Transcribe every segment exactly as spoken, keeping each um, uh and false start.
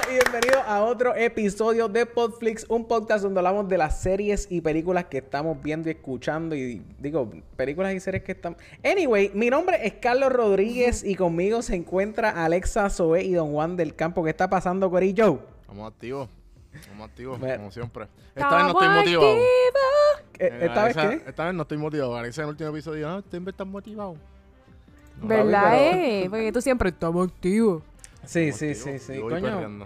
y bienvenidos a otro episodio de Podflix, un podcast donde hablamos de las series y películas que estamos viendo y escuchando. Y digo, películas y series que estamos... Anyway, mi nombre es Carlos Rodríguez y conmigo se encuentra Alexa Zoé y Don Juan del Campo. ¿Qué está pasando, Corillo? Estamos activos. Estamos activos, Me... como siempre. Esta vez no estoy motivado. ¿Esta Esta vez Alexa, qué? Esta vez no estoy motivado. Alexa en el último episodio, no, siempre estás motivado. No, ¿verdad, pero... eh? Porque tú siempre estamos activos. Sí, sí, sí, sí. Voy Coño. perreando.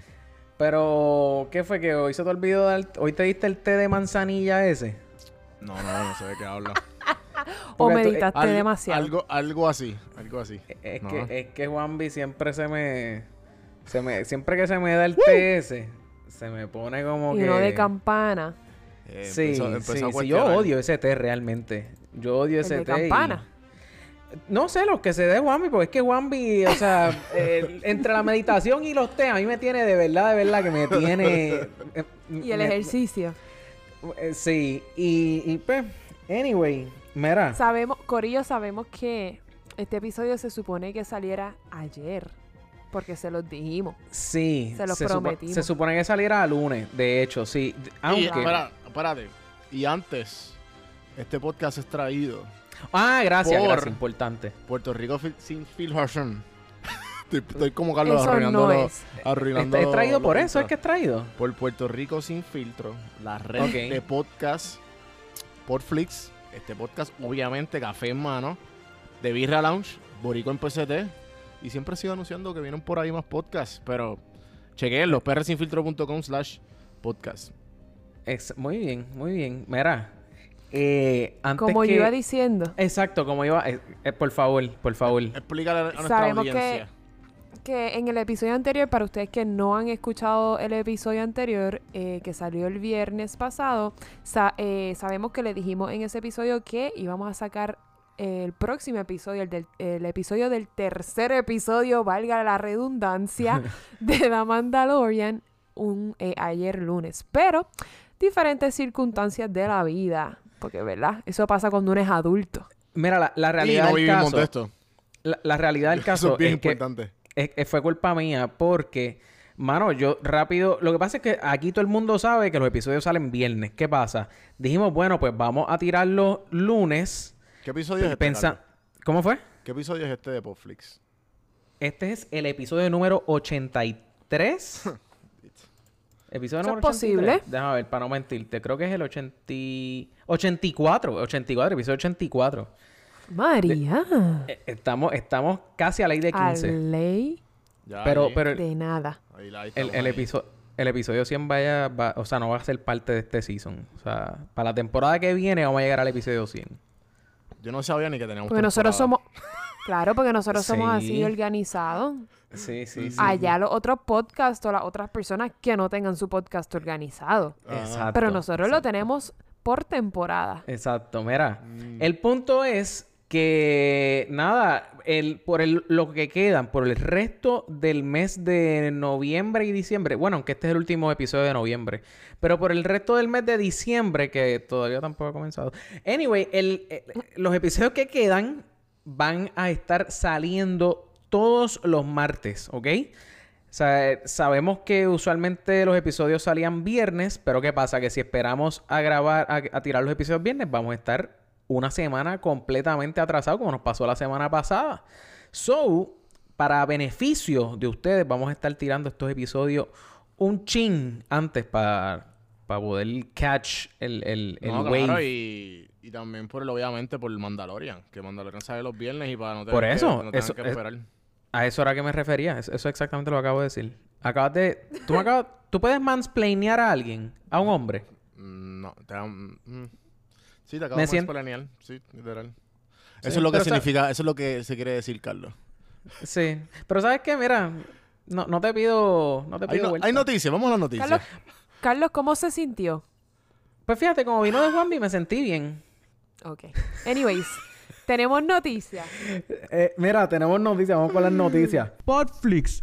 Pero, ¿qué fue? ¿Que hoy se te olvidó dar... ¿Hoy te diste el té de manzanilla ese? No, no, no sé de qué habla. O meditaste algo, demasiado. Algo, algo así, algo así. Es, no. que, es que Juanvi siempre se me... Se me... Siempre que se me da el té ese, se me pone como y que... no de campana. Eh, Sí, empezó, empezó sí, sí, yo odio ese té realmente. Yo odio ese ¿El de té. campana? Y... No sé, los que se dé Juanvi, porque es que Juanvi, o sea, eh, entre la meditación y los té, a mí me tiene de verdad, de verdad, que me tiene... Eh, y el me, ejercicio. Eh, sí, y, y pues, anyway, mira. Sabemos, Corillo, sabemos que este episodio se supone que saliera ayer. Porque se los dijimos. Sí. Se los se prometimos. Supo, se supone que saliera lunes, de hecho, sí. Aunque... Y, espera, espérate. Y antes, este podcast es traído... Ah, gracias, por gracias, importante. Puerto Rico sin filtration. estoy, estoy como Carlos eso arruinando... no es. arruinando ¿Es, es traído lo, por lo eso? ¿Es que es traído? Por Puerto Rico Sin Filtro, la red Okay. de podcast Podflix. Este podcast, obviamente, café en mano, de Birra Lounge, Borico en P C T. Y siempre sigo anunciando que vienen por ahí más podcasts, pero chequenlo, p r sin filtro punto com slash podcast. Es, muy bien, muy bien. Mira, eh, antes Como que... yo iba diciendo. Exacto, como iba... Eh, eh, por favor, por favor. Explícale a nuestra Sabemos audiencia. que, que en el episodio anterior, para ustedes que no han escuchado el episodio anterior, eh, que salió el viernes pasado, sa eh, sabemos que le dijimos en ese episodio que íbamos a sacar el próximo episodio, el, del, el episodio del tercer episodio, valga la redundancia, de The Mandalorian, un, eh, ayer lunes. Pero diferentes circunstancias de la vida, porque, ¿verdad? Eso pasa cuando uno es adulto. Mira, la, la Y realidad no del vivimos caso... de esto. La, la realidad del caso Eso es bien es que importante. es, es, fue culpa mía porque, mano, yo rápido... Lo que pasa es que aquí todo el mundo sabe que los episodios salen viernes. ¿Qué pasa? Dijimos, bueno, pues vamos a tirarlos lunes. ¿Qué episodio es este, Pensa... Carlos? ¿Cómo fue? ¿Qué episodio es este de Podflix? Este es el episodio número ochenta y tres. Episodio ¿Eso número es posible? ochenta y tres. Déjame ver, para no mentirte. Creo que es el ochenta... ochenta y cuatro. ochenta y cuatro, episodio ochenta y cuatro. María. Eh, Estamos, estamos casi a ley de A quince. ley Ya, Pero, ahí. pero el, de nada. Ahí la- ahí el, estamos el ahí. episodio... El episodio cien vaya... Va, o sea, no va a ser parte de este season. O sea, para la temporada que viene vamos a llegar al episodio cien. Yo no sabía ni que teníamos Porque nosotros somos... temporada. Claro, porque nosotros somos Sí. así organizados. Sí, sí, sí. Allá los otros podcasts o las otras personas que no tengan su podcast organizado. Exacto. Pero nosotros lo exacto. tenemos por temporada. Exacto. Mira, Mm. el punto es que... Nada, el, por el, lo que quedan, por el resto del mes de noviembre y diciembre... Bueno, aunque este es el último episodio de noviembre. Pero por el resto del mes de diciembre, que todavía tampoco ha comenzado. Anyway, el, el- los episodios que quedan van a estar saliendo todos los martes, ¿ok? O sea, sabemos que usualmente los episodios salían viernes, pero ¿qué pasa? Que si esperamos a grabar, a, a tirar los episodios viernes, vamos a estar una semana completamente atrasados, como nos pasó la semana pasada. So, para beneficio de ustedes, vamos a estar tirando estos episodios un chin antes para para poder catch el, el, el No, wave. claro, y, y también por el, obviamente por el Mandalorian, que Mandalorian sale los viernes y para no tener Por que, eso, no tener eso que es- esperar. A eso era que me refería. Eso, eso es exactamente lo que acabo de decir. Acabas de... ¿Tú, me acabas... ¿Tú puedes mansplainear a alguien? ¿A un hombre? Mm, No, te da- mm, mm. Sí, te acabo Me de siento- planear, sí, literal. Sí, Eso es lo que pero sa- significa, eso es lo que se quiere decir, Carlos. Sí. Pero ¿sabes qué? Mira, no, no te pido... No te Hay, pido no- vuelta. hay noticias, vamos a las noticias. Carlos, Carlos, ¿cómo se sintió? Pues fíjate, como vino de Juanvi me sentí bien. Ok. Anyways, tenemos noticias. Eh, mira, tenemos noticias. Vamos con las noticias. Podflix.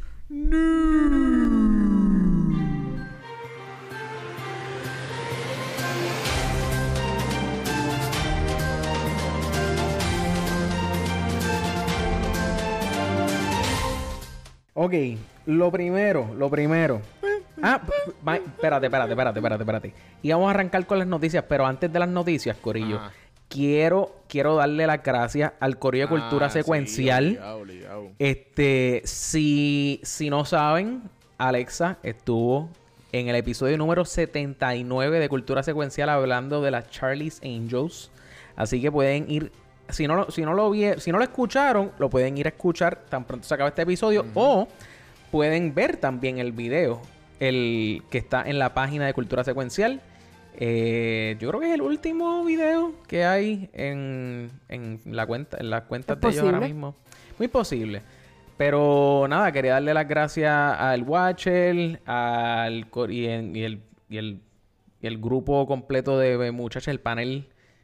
Ok, lo primero, lo primero. Ah, p- ma- espérate, espérate, espérate, espérate, espérate. Y vamos a arrancar con las noticias, pero antes de las noticias, Corillo, Ajá. quiero, quiero darle las gracias al Corillo de Cultura Ah, sí, Secuencial. obligado, obligado. Este, si, si no saben, Alexa estuvo en el episodio número setenta y nueve de Cultura Secuencial hablando de las Charlie's Angels. Así que pueden ir, si no, lo- si no lo vi, si no lo escucharon, lo pueden ir a escuchar tan pronto se acabe este episodio. Ujú. O pueden ver también el video, el que está en la página de Cultura Secuencial. Eh, yo creo que es el último video que hay en, en la cuenta, en las cuentas ¿Es de ellos ahora posible? mismo. Muy posible. Pero nada, quería darle las gracias al Watcher, al co- y, en- y el, y, el, y el grupo completo de muchachas, el panel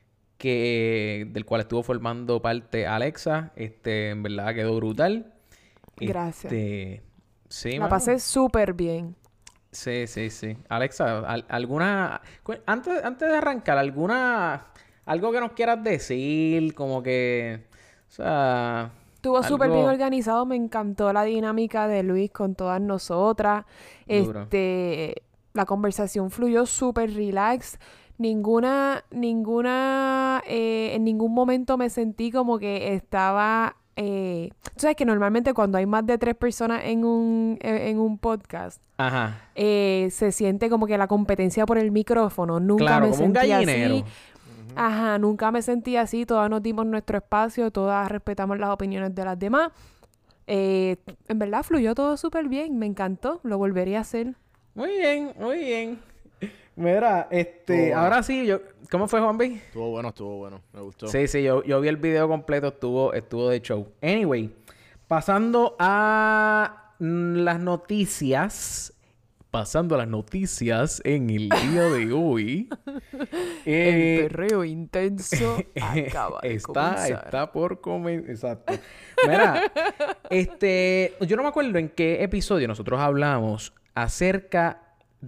que del cual estuvo formando parte Alexa. Este, en verdad quedó brutal. Gracias. Este, sí, La mano. pasé súper bien. Sí, sí, sí. Alexa, al- alguna... cu- Antes, antes de arrancar, ¿alguna... algo que nos quieras decir? Como que... O sea... Estuvo súper bien algo- organizado, me encantó la dinámica de Luis con todas nosotras. Duro. Este, la conversación fluyó súper relax. Ninguna, ninguna, eh, en ningún momento me sentí como que estaba, eh, tú sabes que normalmente cuando hay más de tres personas en un, en, en un podcast, Ajá. eh, se siente como que la competencia por el micrófono. Nunca Claro, me como un sentí gallinero. así. Ajá, nunca me sentí así, todas nos dimos nuestro espacio, todas respetamos las opiniones de las demás. Eh, en verdad fluyó todo súper bien, me encantó, lo volvería a hacer. Muy bien, muy bien. Mira, este... Estuvo bueno. Ahora sí, yo... ¿Cómo fue, Juan B? Estuvo bueno, estuvo bueno. Me gustó. Sí, sí, yo, yo vi el video completo, estuvo, estuvo de show. Anyway, pasando a mm, las noticias. Pasando a las noticias en el día de hoy. eh, El perreo intenso acaba de está, comenzar. está por comenzar. Exacto. Mira, este, yo no me acuerdo en qué episodio nosotros hablamos acerca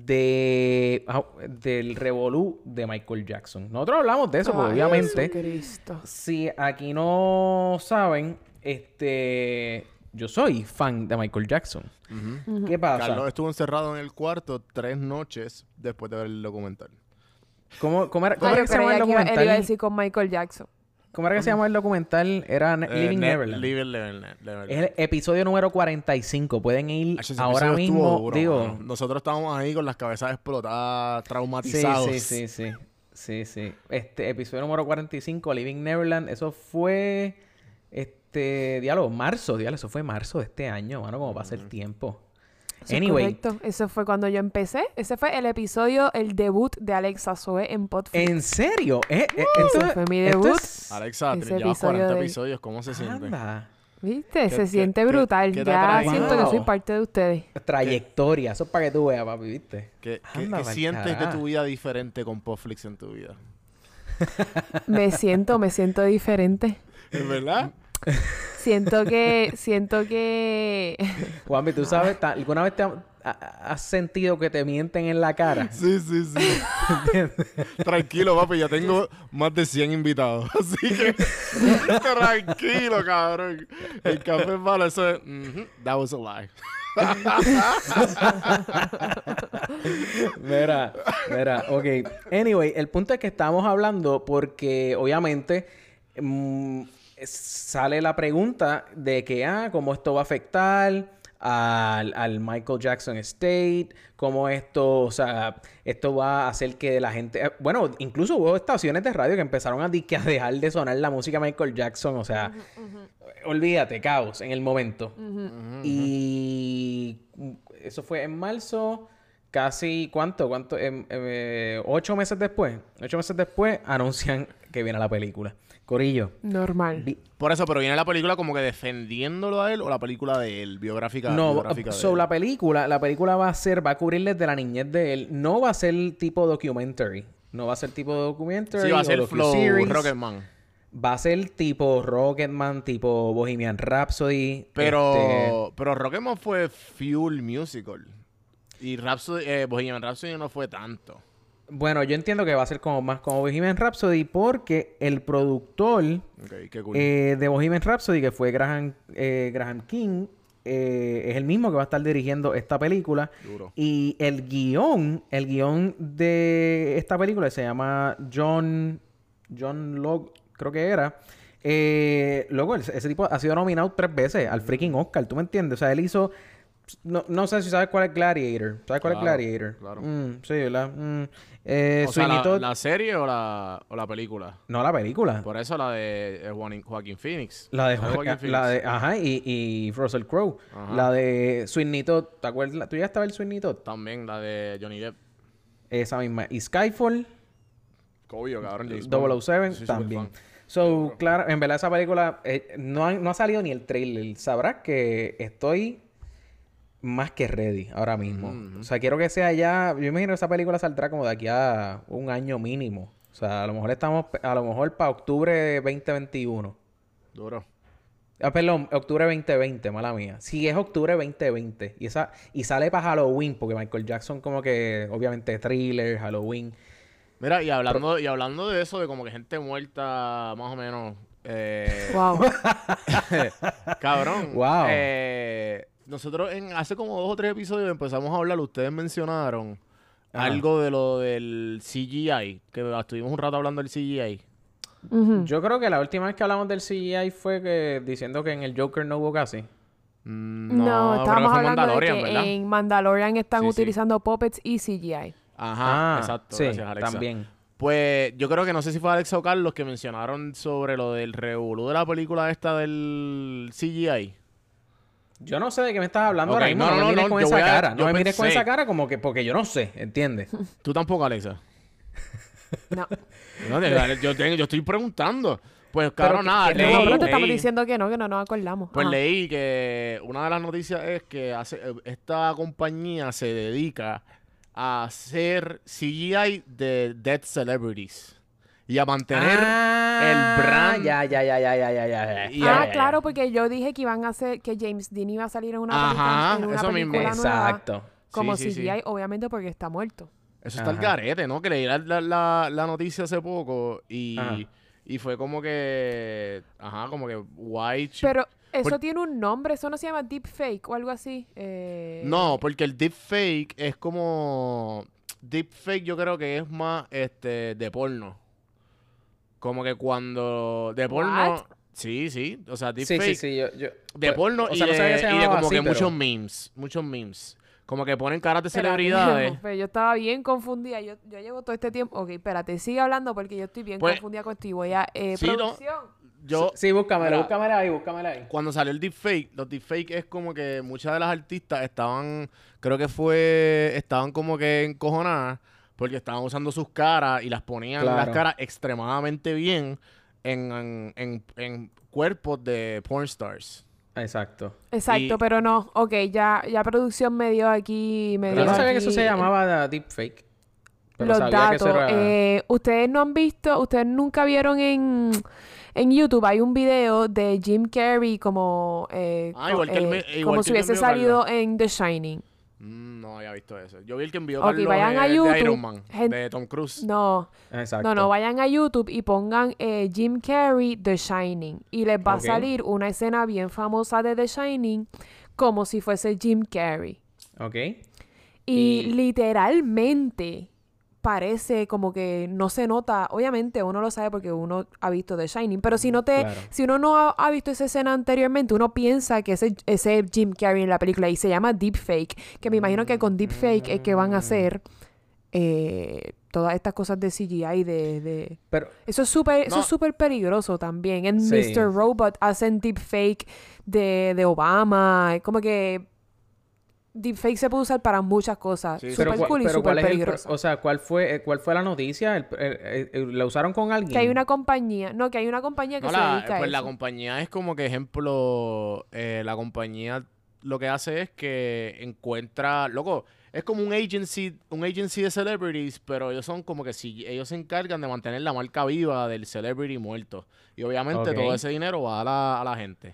de ah, del revolú de Michael Jackson. Nosotros hablamos de eso, porque Ay, obviamente, Jesucristo. si aquí no saben, este, yo soy fan de Michael Jackson. Ujú. ¿Qué pasa? Carlos estuvo encerrado en el cuarto tres noches después de ver el documental. ¿Cómo, cómo era, cómo Ay, era yo que se creía llama el que iba- él iba a documental? decir con Michael Jackson. ¿Cómo era que se llama el documental? Era Ne- Eh, Living Ne- Neverland. Living Neverland. Neverland. Es el episodio número cuarenta y cinco. Pueden ir Ah, ese ahora episodio estuvo mismo. duro, digo, mano. Nosotros estábamos ahí con las cabezas explotadas, sí, traumatizados. sí, sí, sí. Sí, sí. Este episodio número cuarenta y cinco, Living Neverland. Eso fue. Este. Diálogo, marzo, diálogo. Eso fue marzo de este año, mano. Como pasa el tiempo. Eso es Anyway, correcto. Eso fue cuando yo empecé. Ese fue el episodio, el debut de Alexa Zoe en Podflix. ¿en serio? ¿Eh? eh, Ese esto- fue mi esto debut. es- Alexa, Ese llevas episodio cuarenta de- episodios. ¿Cómo se siente? Anda. ¿Viste? ¿Qué- Se qué- siente qué- brutal. qué te ha Ya traído? siento que soy Wow. parte de ustedes. Trayectoria. Eso es para que tú veas, papi, ¿viste? ¿Qué, qué- Anda qué pa'l sientes de carajo. tu vida diferente con Podflix en tu vida? Me siento, me siento diferente. ¿Es verdad? Siento que, siento que... Juanmi, ¿tú sabes? ta- ¿Alguna vez te ha- ha- has sentido que te mienten en la cara? Sí, sí, sí. Tranquilo, papi. Ya tengo más de cien invitados. Así que... tranquilo, cabrón. El café es malo. Eso es... mhm, that was a lie. Mira, mira, ok. Anyway, el punto es que estamos hablando porque obviamente mm, sale la pregunta de que, ah, cómo esto va a afectar al, al Michael Jackson Estate, cómo esto, o sea, esto va a hacer que la gente... eh, Bueno, incluso hubo estaciones de radio que empezaron a, di- que a dejar de sonar la música de Michael Jackson, o sea, olvídate, caos en el momento. Y eso fue en marzo, casi, ¿cuánto? ¿Cuánto? Em, eh, ocho meses después. Ocho meses después anuncian que viene la película. Corillo. Normal. vi- Por eso, pero viene la película como que defendiéndolo a él o la película de él, biográfica. No, biográfica de so él. la película, la película va a ser, va a cubrir desde la niñez de él. No va a ser tipo documentary. No va a ser tipo documentary. Sí, va a o ser Flow docuseries. Rocketman. Va a ser tipo Rocketman, tipo Bohemian Rhapsody. Pero, este, pero Rocketman fue Fuel Musical. Y Rhapsody, eh, Bohemian Rhapsody no fue tanto. Bueno, yo entiendo que va a ser como más como Bohemian Rhapsody porque el productor Ok, qué cool. eh, de Bohemian Rhapsody, que fue Graham, eh, Graham King, eh, es el mismo que va a estar dirigiendo esta película. Duro. Y el guión, el guión de esta película se llama John... John Locke, creo que era. Eh, luego, ese, ese tipo ha sido nominado tres veces al freaking Oscar. ¿Tú me entiendes? O sea, él hizo... No, no sé si sabes cuál es Gladiator. ¿Sabes cuál Claro, es Gladiator? claro. Mm, sí, ¿verdad? Mm. Eh, O sea, Sweeney la, Todd- la serie o la, o la película. No, la película. Por eso la de eh, Joaquin, Joaquin Phoenix. La de, ¿Sabes Jo- Joaquin la Phoenix? de... Ajá, y, y Russell Crowe. Ajá. La de Sweeney Todd. ¿Te acuerdas? ¿Tú ya estabas el Sweeney Todd? También la de Johnny Depp. Esa misma. Y Skyfall, Obvio, cabrón. James double oh Bond. seven, Soy súper también. fan. So, claro, en verdad esa película eh, no, ha, no ha salido ni el trailer. Sabrás que estoy más que ready ahora mismo. Ujú. O sea, quiero que sea ya... Yo imagino que esa película saldrá como de aquí a un año mínimo. O sea, a lo mejor estamos... A lo mejor para octubre veinte veintiuno. Duro. Ah, perdón, octubre veinte veinte, mala mía. Sí, es octubre veinte veinte. Y esa y sale para Halloween, porque Michael Jackson como que... Obviamente thriller, Halloween. Mira, y hablando, y hablando de eso, de como que gente muerta, más o menos. Eh, Wow. cabrón. Wow. eh, nosotros en hace como dos o tres episodios empezamos a hablar, ustedes mencionaron Ajá. algo de lo del C G I, que estuvimos un rato hablando del C G I. Ujú. Yo creo que la última vez que hablamos del C G I fue que diciendo que en el Joker no hubo casi. Mm, No, creo que estábamos fue hablando Mandalorian, de que ¿verdad? en Mandalorian están Sí, sí. utilizando puppets y C G I. Ajá, Ah, exacto. sí, Gracias, Alexa. también. Pues yo creo que no sé si fue Alexa o Carlos que mencionaron sobre lo del revolú de la película esta del C G I. Yo no sé de qué me estás hablando Ok, ahora mismo. no, No, no, me mires no, con yo esa voy a- cara. yo No me mires con pensé. esa cara como que... Porque yo no sé, ¿entiendes? Tú tampoco, Alexa. No. No, de verdad, yo, tengo- yo estoy preguntando. Pues claro, Pero, nada, ¿qué- qué- leí, No, pero te estamos leí. diciendo que no, que no nos acordamos. Pues Ajá. leí que una de las noticias es que hace, eh, esta compañía se dedica a hacer C G I de dead celebrities y a mantener Ah, el brand. Ya, ya, ya, ya, ya, ya, ya. Y Ah, ya, claro, porque yo dije que iban a hacer, que James Dean iba a salir en una Ajá, película, en una eso mismo. película nueva Exacto. como Sí, sí, C G I, sí. obviamente porque está muerto. Eso está el Ajá. garete, ¿no? Que leí la, la, la- la noticia hace poco y, Ajá. y fue como que, ajá, como que white. Pero eso Por- tiene un nombre, eso no se llama deepfake o algo así. Eh... No, porque el deepfake es como... Deepfake yo creo que es más este de porno. Como que cuando... De porno... What? Sí, sí. O sea, Sí, deepfake sí, sí. Yo, yo- de porno o y, sea, no sabía que de, se y de llamaba como así, que pero- muchos memes. Muchos memes. Como que ponen caras de Espérate, celebridades. pero yo estaba bien confundida. Yo, yo llevo todo este tiempo. Ok, espérate, sigue hablando porque yo estoy bien Pues, confundida con esto y voy a. Eh, sí, no. producción. Yo... Sí, búscamela, Mira. búscamela ahí, búscamela ahí. Cuando salió el deepfake, los deepfake es como que muchas de las artistas estaban, creo que fue, estaban como que encojonadas porque estaban usando sus caras y las ponían Claro. las caras extremadamente bien en, en, en- en cuerpos de porn stars. Exacto. Exacto, Y- pero no. Ok, ya, ya producción me dio aquí. Me Pero dio yo no sabía que aquí, eso se eh, llamaba deepfake. Pero los sabía que datos. eso era... Eh, ustedes no han visto, ustedes nunca vieron en, en YouTube, hay un video de Jim Carrey como, eh, Ah, co- igual que el eh, me- igual como que si el que hubiese envió salido en The Shining. Mm, no había visto eso. Yo vi el que envió Ok, Carlos vayan a de- de YouTube, Iron Man, gen- de Tom Cruise. No, Exacto. no, no, vayan a YouTube y pongan eh, Jim Carrey The Shining y les va Ok. a salir una escena bien famosa de The Shining como si fuese Jim Carrey. Ok. Y, Y- literalmente parece como que no se nota. Obviamente uno lo sabe porque uno ha visto The Shining, pero si no te, Claro. si uno no ha, ha visto esa escena anteriormente, uno piensa que ese, ese Jim Carrey en la película y se llama deepfake, que me imagino que con deepfake es que van a hacer eh, todas estas cosas de C G I de, de... Pero... Eso es súper, eso No. es súper peligroso también. En Sí. mister Robot hacen deepfake de, de Obama. Es como que deepfake se puede usar para muchas cosas. Sí, sí. Súper Pero, cua- cool y pero súper ¿cuál es el... peligroso. pro- O sea, ¿cuál fue, eh, cuál fue la noticia? El- el- el- el- ¿La usaron con alguien? Que hay una compañía, no, que hay una compañía que No, se la, dedica a pues la eso. compañía es como que ejemplo, eh, la compañía lo que hace es que encuentra, loco, es como un agency, un agency de celebrities, pero ellos son como que si ellos se encargan de mantener la marca viva del celebrity muerto. Y obviamente Ok. todo ese dinero va a la, a la gente.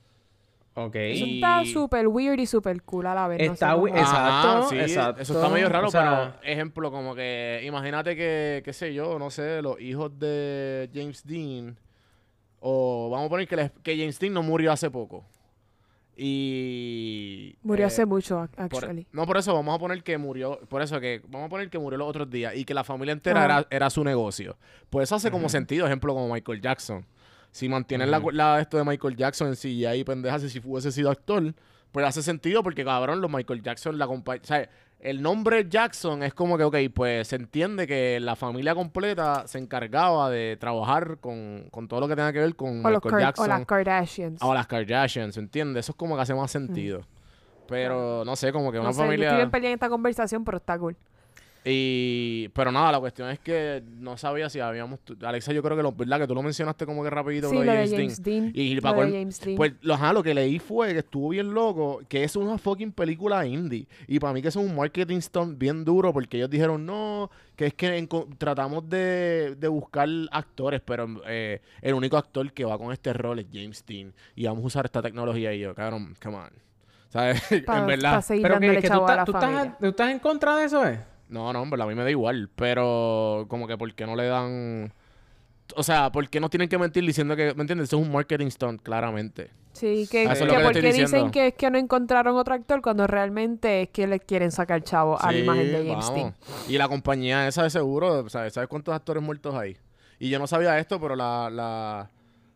Ok. Eso y- está súper weird y súper cool a la vez. no Está sé we- cómo- Exacto, Ajá, sí, exacto. Eso está medio raro, O sea- pero ejemplo, como que imagínate que, qué sé yo, no sé, los hijos de James Dean, o vamos a poner que, les- que James Dean no murió hace poco. Y... Murió eh, hace mucho, ac- por- actually. no, por eso vamos a poner que murió... Por eso que... Vamos a poner que murió los otros días. Y que la familia entera Ajá. era, era su negocio. Pues eso hace como Ujú. sentido. Ejemplo, como Michael Jackson. Si mantienen Ujú. la, la esto de Michael Jackson en C G I y pendejas, si hubiese sido actor, pues hace sentido porque, cabrón, los Michael Jackson, la compañía... O sea, el nombre Jackson es como que, ok, pues se entiende que la familia completa se encargaba de trabajar con, con todo lo que tenga que ver con O, los Michael Kar- Jackson. o las Kardashians. O las Kardashians, ¿entiendes? Eso es como que hace más sentido. Pero, no sé, como que una No sé, yo familia... estoy bien perdida en esta conversación, pero está cool. Y... Pero nada, la cuestión es que no sabía si habíamos... Alexa, yo creo que lo... ¿Verdad? Que tú lo mencionaste como que rapidito. Sí, lo lo de de James James Dean. Dean. Y lo para de cual- James Dean. Pues, lo, ajá, lo que leí fue que estuvo bien loco, que es una fucking película indie. Y para mí que eso es un marketing stunt bien duro, porque ellos dijeron, no, que es que enco- tratamos de, de buscar actores, pero eh, el único actor que va con este rol es James Dean. Y vamos a usar esta tecnología. Y yo, cabrón, come on. ¿Sabes? Pa- en verdad. pa' seguir Pero que, dándole que tú, chavo a estás, la tú, familia. estás, tú estás en contra de eso, ¿eh? No, no, en verdad, a mí me da igual. Pero como que, ¿por qué no le dan...? O sea, ¿por qué no tienen que mentir diciendo que... ¿Me entiendes? Eso es un marketing stunt, claramente. Sí, que, Ah, eso es que lo que te porque estoy dicen diciendo. que es que no encontraron otro actor cuando realmente es que le quieren sacar chavo a la Sí, imagen de James vamos. Dean. Y la compañía esa de seguro, ¿sabes? ¿Sabes cuántos actores muertos hay? Y yo no sabía esto, pero la, la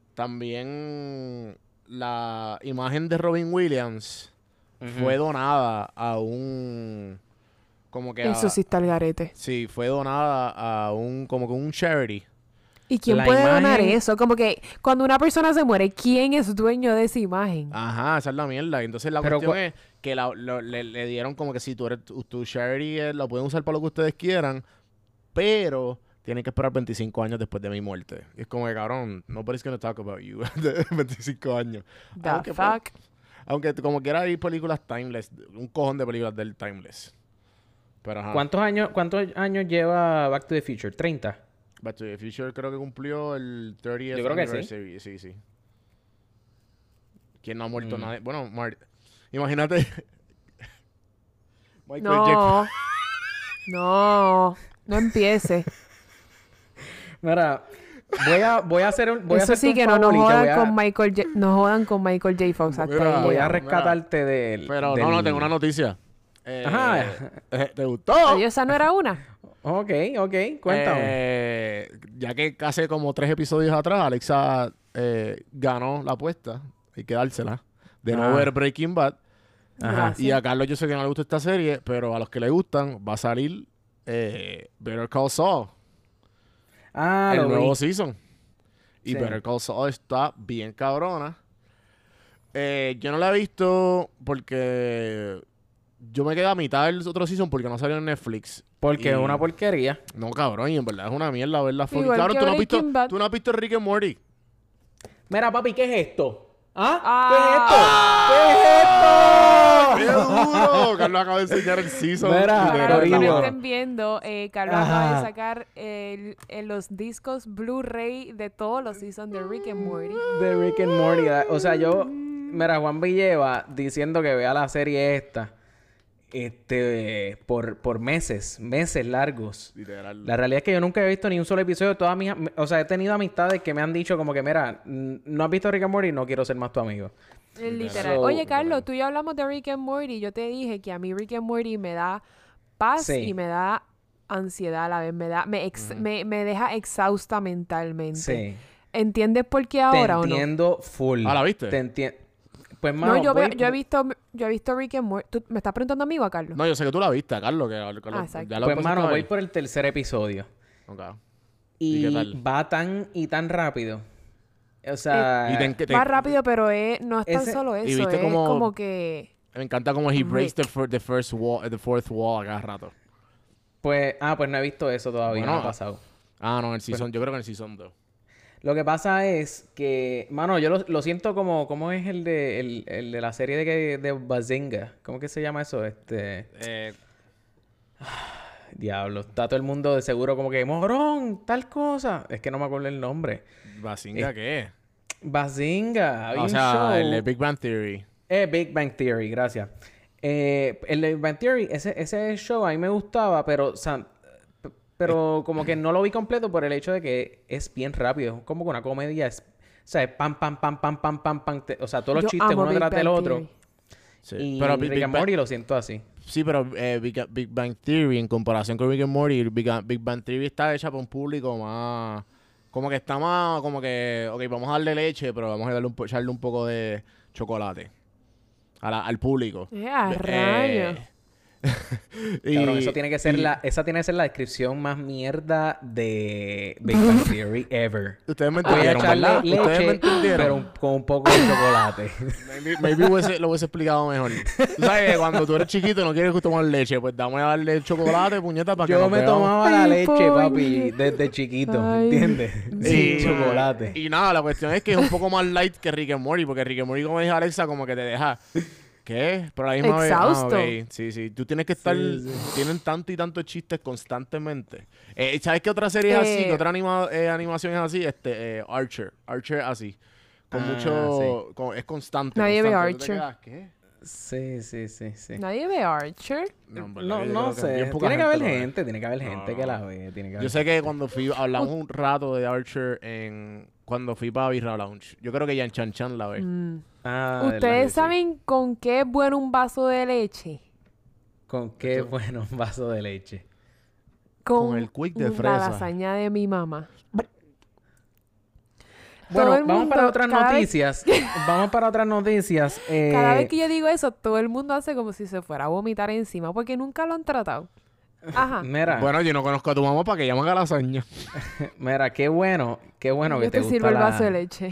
también la imagen de Robin Williams fue donada a un como que a- Eso sí está el garete. sí, fue donada a un como que un charity. ¿Y quién La puede donar imagen- eso? Como que cuando una persona se muere, ¿quién es dueño de esa imagen? Ajá, esa es la mierda. Y entonces la Pero cuestión cua- es que la- lo- le, le dieron como que si tú eres tu, tu charity, eh, lo pueden usar para lo que ustedes quieran, pero tienen que esperar veinticinco años después de mi muerte. Y es como que, cabrón, nobody's gonna talk about you de veinticinco años. The Aunque, pues, fuck. aunque t- como quiera hay películas timeless, un cojón de películas del timeless. Pero ajá. ¿Cuántos años, ¿Cuántos años lleva Back to the Future? ¿treinta? Back to the Future creo que cumplió el treintieth Yo creo que sí. anniversary. Sí, sí. ¿Quién no ha muerto? Mm. Nadie. Bueno, Mar- imagínate. Michael Jackson. No. No. No empiece. Mira, voy a, voy a hacer un... Voy a Eso hacerte sí un que no nos favor y te jodan voy a- con Michael J. No jodan con Michael J. Fox. Hasta Mira, ahí Voy a llegamos. rescatarte del... Pero del- no, no, tengo una noticia. Eh, Ajá. eh, ¿Te gustó? Oye, esa no era una. Ok, ok. Cuéntame. Eh, ya que hace como tres episodios atrás Alexa eh, ganó la apuesta, hay que dársela, de no Ah. ver Breaking Bad. Ajá. Gracias. Y a Carlos yo sé que no le gusta esta serie, pero a los que le gustan va a salir eh, Better Call Saul, Ah, el lo nuevo vi. season. Y Sí. Better Call Saul está bien cabrona. Eh, yo no la he visto porque yo me quedé a mitad del otro season porque no salió en Netflix. Porque Y- es una porquería. No, cabrón, y en verdad es una mierda verla. fucking- Igual Cabrón, que ¿tú no, has visto, Breaking Bad. tú no has visto Rick and Morty. Mira, papi, ¿qué es esto? ¿Ah? Ah. ¿Qué es esto? ¡Qué duro! Carlos acaba de enseñar el season. Mira, de Para los que Corillo. no Rick and estén viendo, eh, Carlos acaba Ajá. de sacar el, el- los discos Blu-ray de todos los seasons de Rick and Morty. De Rick and Morty. O sea, yo... Mira, Juan lleva diciendo que vea la serie esta. Este... Por, por meses. Meses largos. Literal. La realidad es que yo nunca he visto ni un solo episodio. Todas mis... am- O sea, he tenido amistades que me han dicho como que... Mira, n- no has visto Rick and Morty, no quiero ser más tu amigo. Es literal. So- Oye, Carlos, tú y yo hablamos de Rick and Morty. Yo te dije que a mí Rick and Morty me da paz Sí. y me da ansiedad a la vez. Me da, me, ex- Ujú. me, me deja exhausta mentalmente. Sí. ¿Entiendes por qué Te ahora o no? entiendo full. Ah, ¿la viste? Te entiendo. Pues, mano, No, yo, voy- veo- yo he visto yo he visto Rick and Morty. ¿Tú me estás preguntando a mí o a Carlos? No, yo sé que tú la viste, Carlos. Que, Carlos Ah, exacto. ya lo Pues, empezaste mano, a voy ver. por el tercer episodio. Ok. ¿Y Y, qué tal? va tan y tan rápido. O sea... Y te- que te- Más rápido, pero es, no es tan ese- solo y eso. viste Es como- como que... Me encanta como he breaks the, Rick. fir- the first wall, the fourth wall a cada rato. Pues... Ah, pues no he visto eso todavía. Bueno, no ha pasado. Ah, no, en el season, yo creo que en el season dos. Lo que pasa es que... Mano, yo lo, lo siento como... ¿Cómo es el de, el, el de la serie de, que- de Bazinga? ¿Cómo que se llama eso? Este... Eh, Diablo. Está todo el mundo de seguro como que... ¡Morón! Tal cosa. Es que no me acuerdo el nombre. ¿Bazinga Eh, qué es? Bazinga. Había o un sea, show... el de Big Bang Theory. Eh, Big Bang Theory, gracias. Eh, el de Big Bang Theory, ese, ese show a mí me gustaba, pero, o sea, p- pero como que no lo vi completo por el hecho de que es bien rápido. Como que una comedia es... O sea, es pam, pam, pam, pam, pam, pam, pam. te- o sea, todos los Yo chistes amo uno Big tras Bang del otro. Theory. Sí. Y Pero Big, Rick Big and Bang- Morty lo siento así. sí, pero eh, Big, Big Bang Theory, en comparación con Rick and Morty, Big, Big Bang Theory está hecha para un público más... Como que está más... Como que... Ok, vamos a darle leche, pero vamos a darle un, po- echarle un poco de chocolate a la- al público. Eh, a Eh, rayos. y- Cabrón, eso tiene que ser y- la... Esa tiene que ser la descripción más mierda de Big Bang Theory ever. Ustedes me Voy a entendieron, echarle ¿verdad? Ustedes me leche, entendieron. pero un- con un poco de chocolate. Maybe, maybe hubiese- lo hubiese explicado mejor. Tú sabes que cuando tú eres chiquito no quieres tomar leche, pues dame a darle chocolate, puñeta, para que Yo nos me veamos. tomaba la Ay, leche, coño. papi, desde chiquito, Ay. ¿entiendes? Y, Sin chocolate. Y nada, la cuestión es que es un poco más light que Rick and Morty, porque Rick and Morty, como dijo Alexa, como que te deja... ¿Qué? Pero a la misma Exhausto. vez... Ah, ok. Sí, sí. Tú tienes que estar... Sí, sí. Tienen tanto y tantos chistes constantemente. Eh, ¿Sabes qué otra serie es así? Eh. ¿Qué otra anima- eh, animación es así? Este, eh, Archer. Archer así. Con Ah, mucho... con- es constante. Nadie ve constante. ¿Tú te Archer. quedas, ¿qué? Sí, sí, sí, sí. Nadie ve Archer. No, en verdad No, que yo no creo que sé. bien poca Tiene que haber lo ve. gente, tiene que haber No, gente no. que la ve. Tiene que haber Yo sé que cuando fui... Hablamos un rato de Archer en... Cuando fui para Birra Lounge. Yo creo que Yan Chan Chan la ve. Mm. Ah, verdad que ¿Ustedes sí. saben con qué es bueno un vaso de leche? Con qué bueno un vaso de leche. Con el quick de un- fresa. La lasaña de mi mamá. Todo Bueno, el vamos mundo, para otras cada vez- noticias. Vamos para otras noticias. Eh, Cada vez que yo digo eso, todo el mundo hace como si se fuera a vomitar encima, porque nunca lo han tratado. Ajá. Mira, Bueno, yo no conozco a tu mamá para que llamen a lasaña. mira, qué bueno, qué bueno que yo te, te gusta sirvo el la... vaso de leche.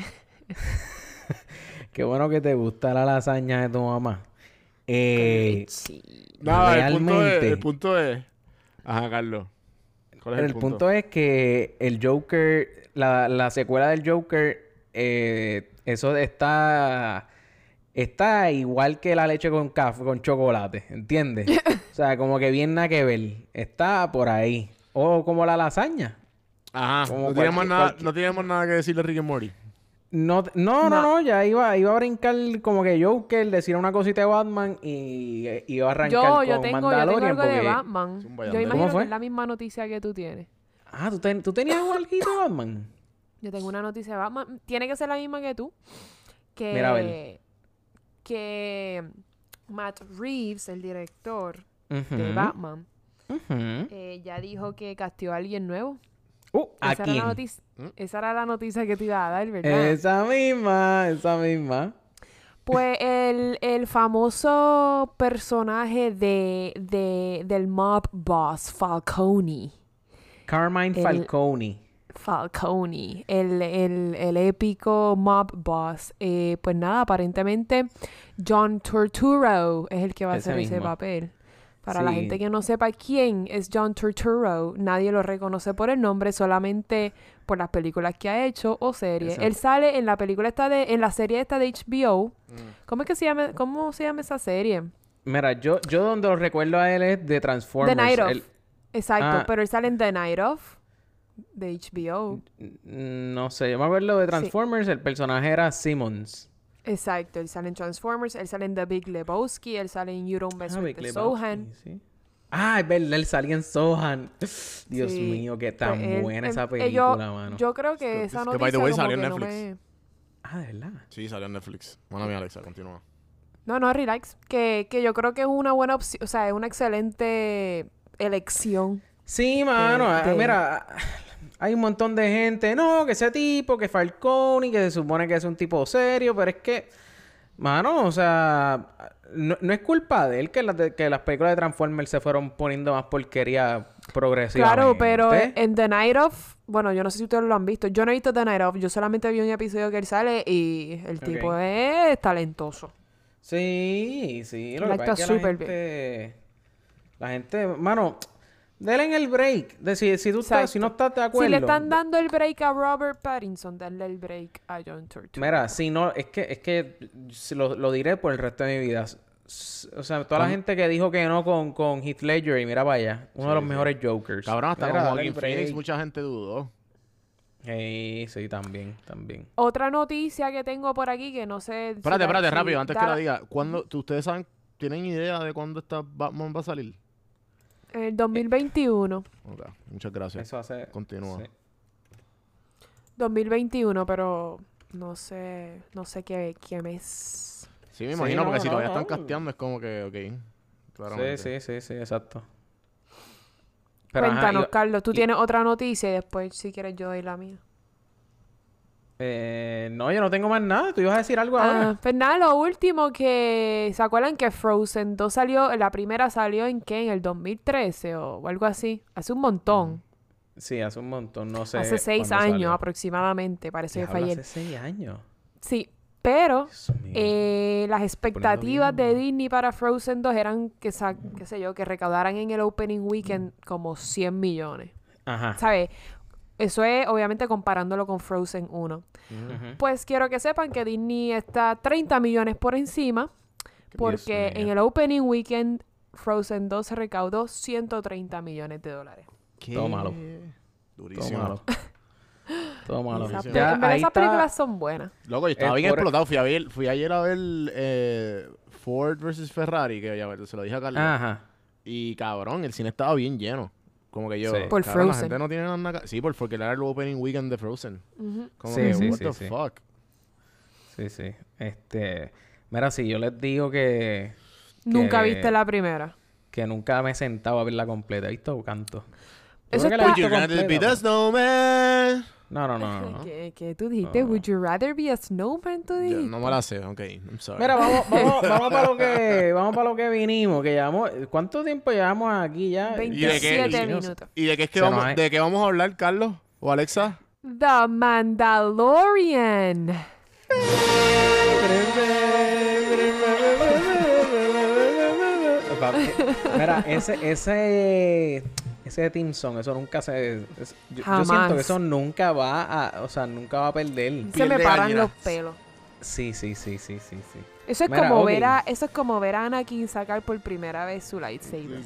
Qué bueno que te gusta la lasaña de tu mamá. Eh, Nada, el punto es... realmente, El punto es... Ajá, Carlos. ¿Cuál es el punto es que el Joker, la, la secuela del Joker, eh, eso está, está igual que la leche con café, con chocolate, ¿entiendes? O sea, como que bien nada que ver. Está por ahí. O como la lasaña. Ajá. Como No tenemos, cualquier- nada, cualquier- no tenemos nada que decirle a Rick and Morty. No, no, no, No. no, ya iba, iba a brincar como que Joker, decir una cosita de Batman y eh, iba a arrancar Yo, con yo tengo, yo tengo Mandalorian algo de porque... Batman. Zumba, Yo Yandel. imagino ¿Cómo fue? que es la misma noticia que tú tienes. Ah, ¿tú, ten- ¿tú tenías algo de Batman? Yo tengo una noticia de Batman. Tiene que ser la misma que tú. Que, Mira, a ver. que Matt Reeves, el director de Ujú, Batman, ujú. eh, ya dijo que casteó a alguien nuevo. Uh, ¿a Esa era, quién? la noticia, ¿Mm? esa era la noticia que te iba a dar, ¿verdad? Esa misma, esa misma. Pues el, el famoso personaje de, de, del mob boss, Falcone. Carmine El- Falcone. Falcone, el, el, el épico mob boss. Eh, pues nada, aparentemente John Turturro es el que va a Ese hacer ese mismo. papel. Para la Sí. gente que no sepa quién es John Turturro, nadie lo reconoce por el nombre, solamente por las películas que ha hecho o series. Exacto. Él sale en la película esta de, en la serie esta de H B O. Mm. ¿Cómo es que se llama, cómo se llama esa serie? Mira, yo, yo donde lo recuerdo a él es de Transformers. The Night Of. Él- Exacto, Ah. pero él sale en The Night Of de H B O. mm, no sé, yo me acuerdo de Transformers, el personaje era Simmons. Exacto, él sale en Transformers, él sale en The Big Lebowski, él sale en You Don't Mess Ah, With Big The Lebowski, Sohan. sí. Ah, es verdad, él salía en Sohan. Dios Sí, mío, qué tan Pues él- buena em- esa eh, película, yo, mano. Yo creo que Que- esa que, by the noticia way, como salió en que no Netflix. me... Ah, de verdad. Sí, salió en Netflix. Mano mía, Alexa, continúa. No, no, relax. Que, que yo creo que es una buena opción, o sea, es una excelente elección. Sí, mano. ah, de- Mira, hay un montón de gente. No, que ese tipo, que Falcone, que se supone que es un tipo serio, pero es que, mano, o sea, no, no es culpa de él que las, de- que las películas de Transformers se fueron poniendo más porquería progresivamente. Claro, pero en The Night Of, bueno, yo no sé si ustedes lo han visto. Yo no he visto The Night Of, yo solamente vi un episodio que él sale y el tipo Ok. es talentoso. Sí, sí. Lo Él que pasa actúa es que la súper gente... La gente... Mano, denle en el break. De si, si tú estás, Exacto. si no estás de acuerdo... Si le están dando el break a Robert Pattinson, denle el break a John Turturro. Mira, si no... Es que... Es que si lo, lo diré por el resto de mi vida. S- O sea, toda la Cuando- gente que dijo que no con, con Heath Ledger y mira vaya, uno Sí, de los sí. mejores Jokers. Cabrón, hasta Mira, con dale el Joaquin Phoenix break. mucha gente dudó. Sí, sí, también, también. Otra noticia que tengo por aquí que no sé... si Espérate, la- espérate, si rápido, antes da- que la diga. ¿Cuándo, tú- ¿Ustedes saben, tienen idea de cuándo esta Batman va a salir? En el dos mil veintiuno. Ok, muchas gracias. Eso hace... Continúa. sí. dos mil veintiuno, pero no sé, no sé qué, qué mes. Sí, me Sí, imagino, no, porque si no, todavía no. están casteando es como que, ok, claramente. Sí, sí, sí, sí, exacto. Pero, ajá, Cuéntanos, y- Carlos, tú y- tienes otra noticia y después, si quieres, yo doy la mía. eh, no, yo no tengo más nada. ¿Tú ibas a decir algo ahora? Ah, pues nada, lo último que... ¿Se acuerdan que Frozen dos salió... La primera salió en qué? ¿En el dos mil trece o, o algo así? Hace un montón. Sí, hace un montón. No sé Hace seis cuándo años salió. aproximadamente. Parece que fue Diablo, ayer. hace seis años. Sí, pero... Dios mío. Eh, las expectativas de bien. Disney para Frozen dos eran que, sa- qué sé yo, que recaudaran en el opening weekend como cien millones. Ajá. ¿Sabes? Eso es obviamente comparándolo con Frozen uno. Ujú. Ujú. Pues quiero que sepan que Disney está treinta millones por encima porque mío. en el opening weekend Frozen dos recaudó ciento treinta millones de dólares. ¿Qué? Tómalo. Durísimo. Todo malo. Todo malo. Esas sí. pe- Ya, en verdad ahí esas está- películas son buenas. Loco, yo estaba Eh, bien por- explotado. Fui, a ver, fui ayer a ver eh, Ford versus Ferrari, que ya se lo dije a Carlos. Ajá. Y cabrón, el cine estaba bien lleno. Como que yo. Sí. Por cabrón, Frozen. La gente no tiene nada. que- Sí, por, porque era el opening weekend de Frozen. Ujú. Como Sí, que, sí, what sí, the sí. fuck. Sí, sí. Este... Mira, si yo les digo que... Nunca que- viste la primera. Que nunca me he sentado a verla completa. ¿He visto canto? Eso Yo creo que la he está- visto Would you rather completa, be the pero- snowman? No, no, no, no. ¿Qué, qué tú dijiste? No. Would you rather be a snowman? Tú Yo dijiste. no me la sé, ok. I'm sorry. Mira, vamos, vamos, vamos para lo que vamos para lo que vinimos, que llevamos, ¿cuánto tiempo llevamos aquí ya? ¿Y de qué? veintisiete y- minutos. ¿Y de qué es que Se vamos, nos ha- de qué vamos a hablar, Carlos? ¿O Alexa? The Mandalorian. Mira, ese, ese, ese team song, eso nunca se, es- yo, yo Jamás. siento que eso nunca va a, o sea, nunca va a perder. Se Piel me de paran gallina. los pelos. Sí, sí, sí, sí, sí, sí. Eso es Mira, como ok. ver a, eso es como ver a Anakin sacar por primera vez su lightsaber.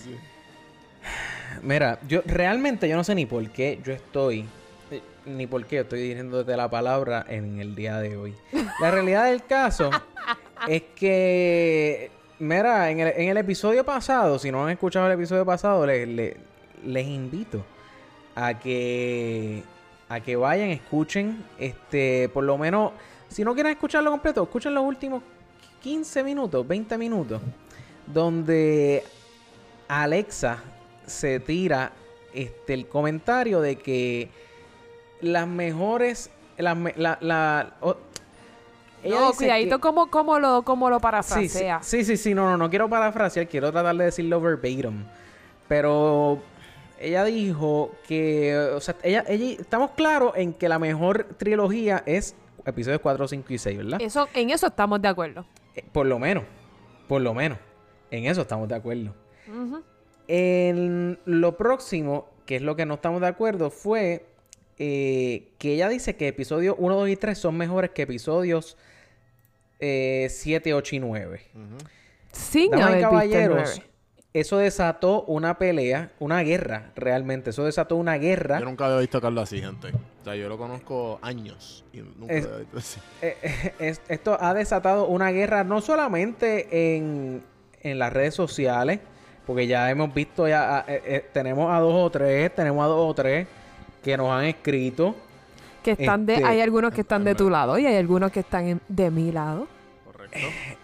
Mira, yo realmente yo no sé ni por qué yo estoy, eh, ni por qué yo estoy dirigiéndote la palabra en el día de hoy. La realidad del caso es que, mira, en el, en el episodio pasado, si no han escuchado el episodio pasado, le- le- les invito a que a que vayan, escuchen, este, por lo menos, si no quieren escucharlo completo, escuchen los últimos quince minutos, veinte minutos, donde Alexa se tira este el comentario de que las mejores las me- la, la- o- ella No, dice cuidadito que- como, como lo, como lo sí, sí, parafrasea. sí, sí, sí, no, no, no quiero parafrasear, quiero tratar de decirlo verbatim. Pero ella dijo que, o sea, ella, ella estamos claros en que la mejor trilogía es episodios cuatro, cinco y seis, ¿verdad? Eso, en eso estamos de acuerdo. Eh, por lo menos, por lo menos, en eso estamos de acuerdo. Ujú. En lo próximo, que es lo que no estamos de acuerdo, fue eh, que ella dice que episodios uno, dos y tres son mejores que episodios eh, siete, ocho y nueve. Sin Damas y haber visto el caballeros, nueve. eso desató una pelea, una guerra, realmente. Eso desató una guerra. Yo nunca había visto a Carlos así, gente. O sea, yo lo conozco años y nunca Es- había visto así. Eh, eh, es- esto ha desatado una guerra no solamente en, en las redes sociales, porque ya hemos visto, ya a- eh, eh, tenemos a dos o tres, tenemos a dos o tres que nos han escrito. Que están de, este, hay algunos que están de tu lado y hay algunos que están en- de mi lado. Correcto.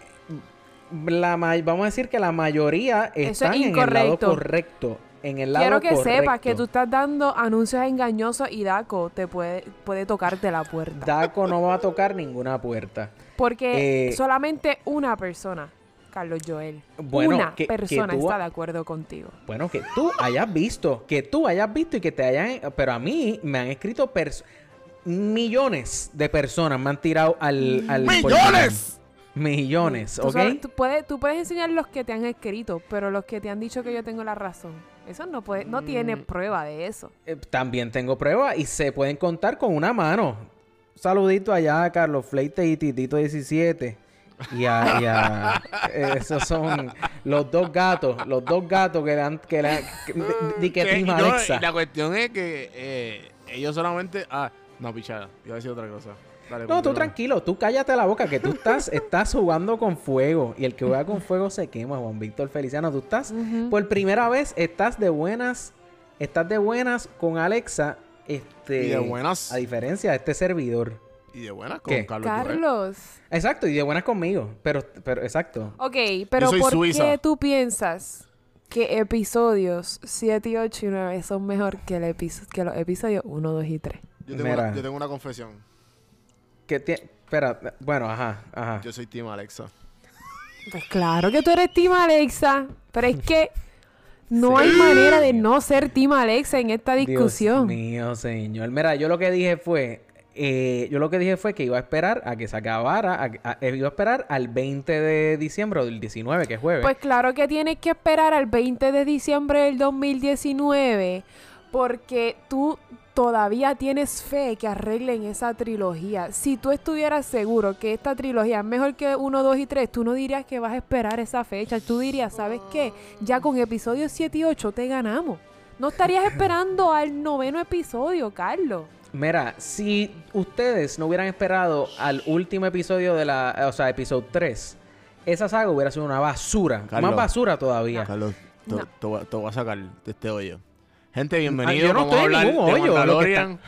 La ma- vamos a decir que la mayoría es están en el lado incorrecto. correcto. En el lado Quiero que correcto. sepas que tú estás dando anuncios engañosos y Daco te puede, puede tocarte la puerta. Daco no va a tocar ninguna puerta. Porque Eh, solamente una persona, Carlos Joel, Bueno, una que- que persona tú- está de acuerdo contigo. Bueno, que tú hayas visto, que tú hayas visto y que te hayan... Pero a mí me han escrito pers- millones de personas me han tirado al... al por ¡Millones! Millones, Tú, ¿ok? solo- tú puedes, tú puedes enseñar los que te han escrito, pero los que te han dicho que yo tengo la razón. Eso no puede, no tiene Mm. prueba de eso. Eh, también tengo pruebas y se pueden contar con una mano. Un saludito allá a Carlos Fleite y Titito diecisiete. Y a... y a- eh, esos son los dos gatos. Los dos gatos que le han... Que le han que, di- di que Que- Team y no, Alexa. y la cuestión es que eh, ellos solamente... Ah, no, pichada. Iba a decir otra cosa. Dale, No, tú continúa. tranquilo, tú cállate la boca, que tú estás, estás jugando con fuego. Y el que juega con fuego se quema, Juan Víctor Feliciano. Tú estás, Ujú. por primera vez, estás de buenas, estás de buenas con Alexa, este, Y de buenas. a diferencia de este servidor. Y de buenas con ¿Qué? Carlos. Lloret. Carlos. Exacto, y de buenas conmigo. Pero, pero, exacto. Ok, pero soy ¿por suiza. qué tú piensas que episodios siete, ocho y nueve son mejor que, el episo- que los episodios uno, dos y tres? Yo tengo, Mira. una, yo tengo una confesión. ¿Qué tie- Espera, bueno, ajá, ajá. Yo soy Team Alexa. Pues claro que tú eres Team Alexa, pero es que no Sí. hay manera de no ser Team Alexa en esta Dios discusión. mío, señor. Mira, yo lo que dije fue... eh, yo lo que dije fue que iba a esperar a que se acabara... a- a- eh, iba a esperar al veinte de diciembre o del diecinueve, que es jueves. Pues claro que tienes que esperar al veinte de diciembre del dos mil diecinueve porque tú todavía tienes fe que arreglen esa trilogía. Si tú estuvieras seguro que esta trilogía es mejor que uno, dos y tres, tú no dirías que vas a esperar esa fecha. Tú dirías, ¿sabes qué? Ya con episodios siete y ocho te ganamos. No estarías esperando al noveno episodio, Carlos. Mira, si ustedes no hubieran esperado al último episodio de la... O sea, episodio tres, esa saga hubiera sido una basura. Carlos. Más basura todavía. Carlos, te, No. te voy a- te voy a sacar de este hoyo. Gente, Ah, bienvenido. yo no Vamos a estoy en hablar ningún de hoyo, lo que Mandalorian.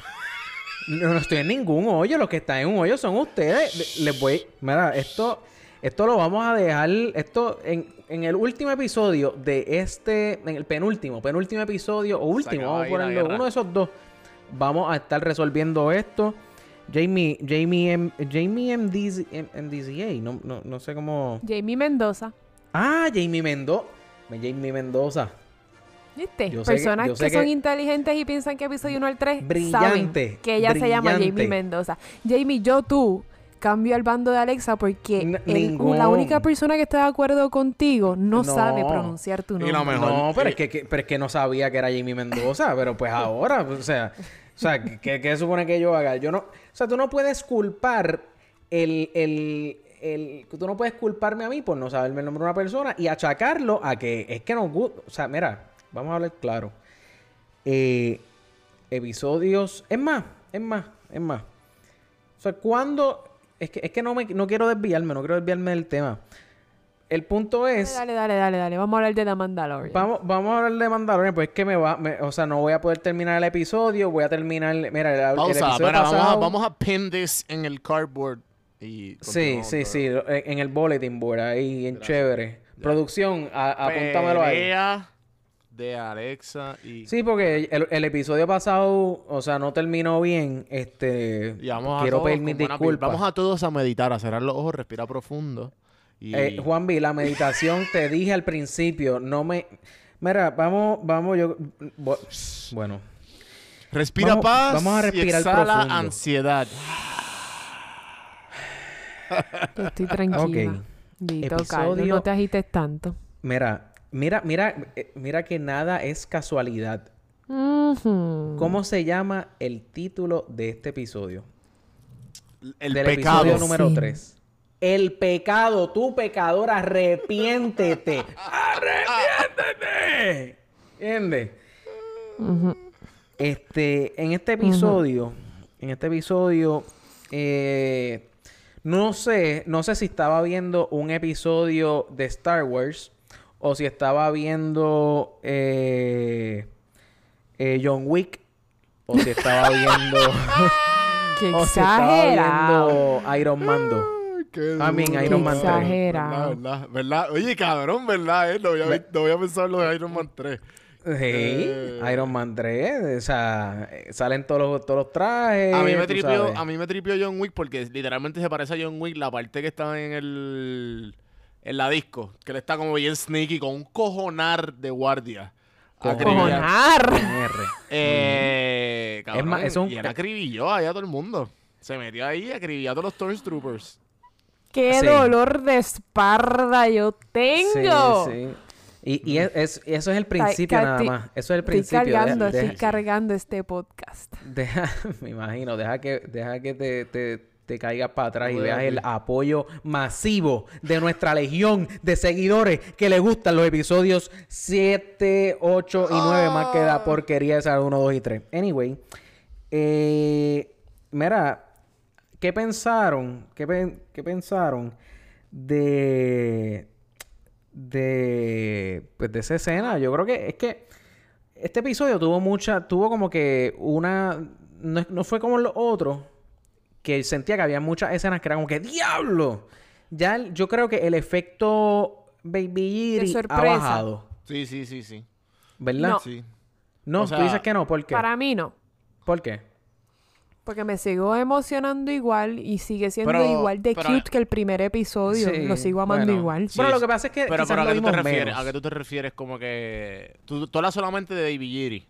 No, no estoy en ningún hoyo. Los que están en un hoyo son ustedes. Le- Les voy... Mira, esto... Esto lo vamos a dejar... Esto... En, en el último episodio de este... En el penúltimo. Penúltimo episodio. O último. acaba Vamos a ahí la ponerlo. guerra. Uno de esos dos. Vamos a estar resolviendo esto. Jamie... Jamie M... Jamie M D Z A. No, no, no sé cómo... Jamie Mendoza. Ah, Jamie Mendoza. Jamie Mendoza. ¿Viste? Yo sé que- Personas yo que, sé son que- inteligentes y piensan que episodio uno al tres Brillante, saben que ella se llama brillante. Jamie Mendoza. Jamie, yo tú cambio al bando de Alexa porque N- el- ningún- la única persona que está de acuerdo contigo no, No. sabe pronunciar tu Y nombre. lo mejor- No, pero eh, es que, que- pero es que no sabía que era Jamie Mendoza, pero pues ahora, o sea, o sea, ¿qué, qué supone que yo haga? Yo no, o sea, tú no puedes culpar el, el, el, tú no puedes culparme a mí por no saberme el nombre de una persona y achacarlo a que es que nos gusta, o sea, mira, vamos a hablar claro. Eh, episodios, es más, es más, es más. O sea, cuando, es que, es que no me, no quiero desviarme, no quiero desviarme del tema. El punto es... Dale, dale, dale, dale. Vamos a hablar de The Mandalorian. Vamos, vamos a hablar de Mandalorian, pues es que me va, me- o sea, no voy a poder terminar el episodio, voy a terminar, mira, el, el Pausa. episodio Espera, vamos, a, pasado- vamos a pin this en el cardboard. Y Sí, continuamos, sí, bro. sí, en, en el bulletin board, ahí, en Gracias. chévere. Producción, a- apúntamelo ahí. Pelea de Alexa y... Sí, porque el, el episodio pasado, o sea, no terminó bien, este, y vamos a quiero todos pedir mis con buena pil- disculpas. Vamos a todos a meditar, a cerrar los ojos, respirar profundo. Y... Eh, Juanvi, la meditación te dije al principio, no me... Mira, vamos, vamos, yo... bu- Bueno, Respira vamos- paz vamos a respirar y exhala profundo. ansiedad. Yo estoy tranquila. Ok. Dito, Episodio- Carlos, no te agites tanto. mira, mira, mira, eh, mira que nada es casualidad. Ujú. ¿Cómo se llama el título de este episodio? El Del pecado. episodio número Sí. tres. El pecado, tu pecador, arrepiéntete. ¡Arrepiéntete! ¿Entiendes? Ujú. Este, en este episodio, en este episodio, eh, no sé, no sé si estaba viendo un episodio de Star Wars o si estaba viendo eh, eh, John Wick o si estaba viendo Qué o si estaba exagerado. viendo Iron Man dos. Ay, qué I mean, duro. Iron Man tres. Exagerado. ¿Verdad, verdad, verdad? Oye, cabrón, ¿verdad? Eh? No, voy a, Ve- no voy a pensar en lo de Iron Man tres. Sí, Eh. Iron Man tres, o sea, eh, salen todos los, todos los trajes. A mí me tú tripió, sabes. a mí me tripió John Wick porque literalmente se parece a John Wick la parte que está en el en la disco, que él está como bien sneaky con un cojonar de guardia. Cojonar. Acribillar. Cojonar. Con R. Eh, cabrón, Es más, eso es un- y él acribilló ahí a todo el mundo. Se metió ahí y acribilló a todos los Stormtroopers. ¡Qué Sí. dolor de espalda yo tengo! Sí, sí. Y, y es, es- eso es el principio Ca- nada ti- más. Eso es el Estoy principio. Deja- cargando, deja, estoy cargando este podcast. deja- me imagino, deja que, deja que te, te, te caigas para atrás y Bueno, veas el sí. apoyo masivo de nuestra legión de seguidores que le gustan los episodios siete, ocho y nueve más que la porquería esa uno, dos y tres. Anyway, eh, mira, ¿qué pensaron? ¿Qué, pen- qué pensaron de de pues de esa escena? Yo creo que es que este episodio tuvo mucha, tuvo como que una, no, no fue como los otros que sentía que había muchas escenas que eran como que ¡diablo! Ya el- yo creo que el efecto Baby De Yiri ha sorpresa. bajado. Sí, sí, sí, sí. ¿Verdad? No. Sí. No, O sea, tú dices que no. ¿Por qué? Para mí no. ¿Por qué? Porque me sigo emocionando igual y sigue siendo Pero- igual de pero- cute que el primer episodio. Sí, Lo sigo amando bueno. igual. Sí, Bueno, lo sí. que pasa es que Pero, quizás pero ¿a lo qué tú te vimos refieres? menos. ¿A qué tú te refieres? Como que... ¿Tú, tú hablas solamente de Baby Yiri?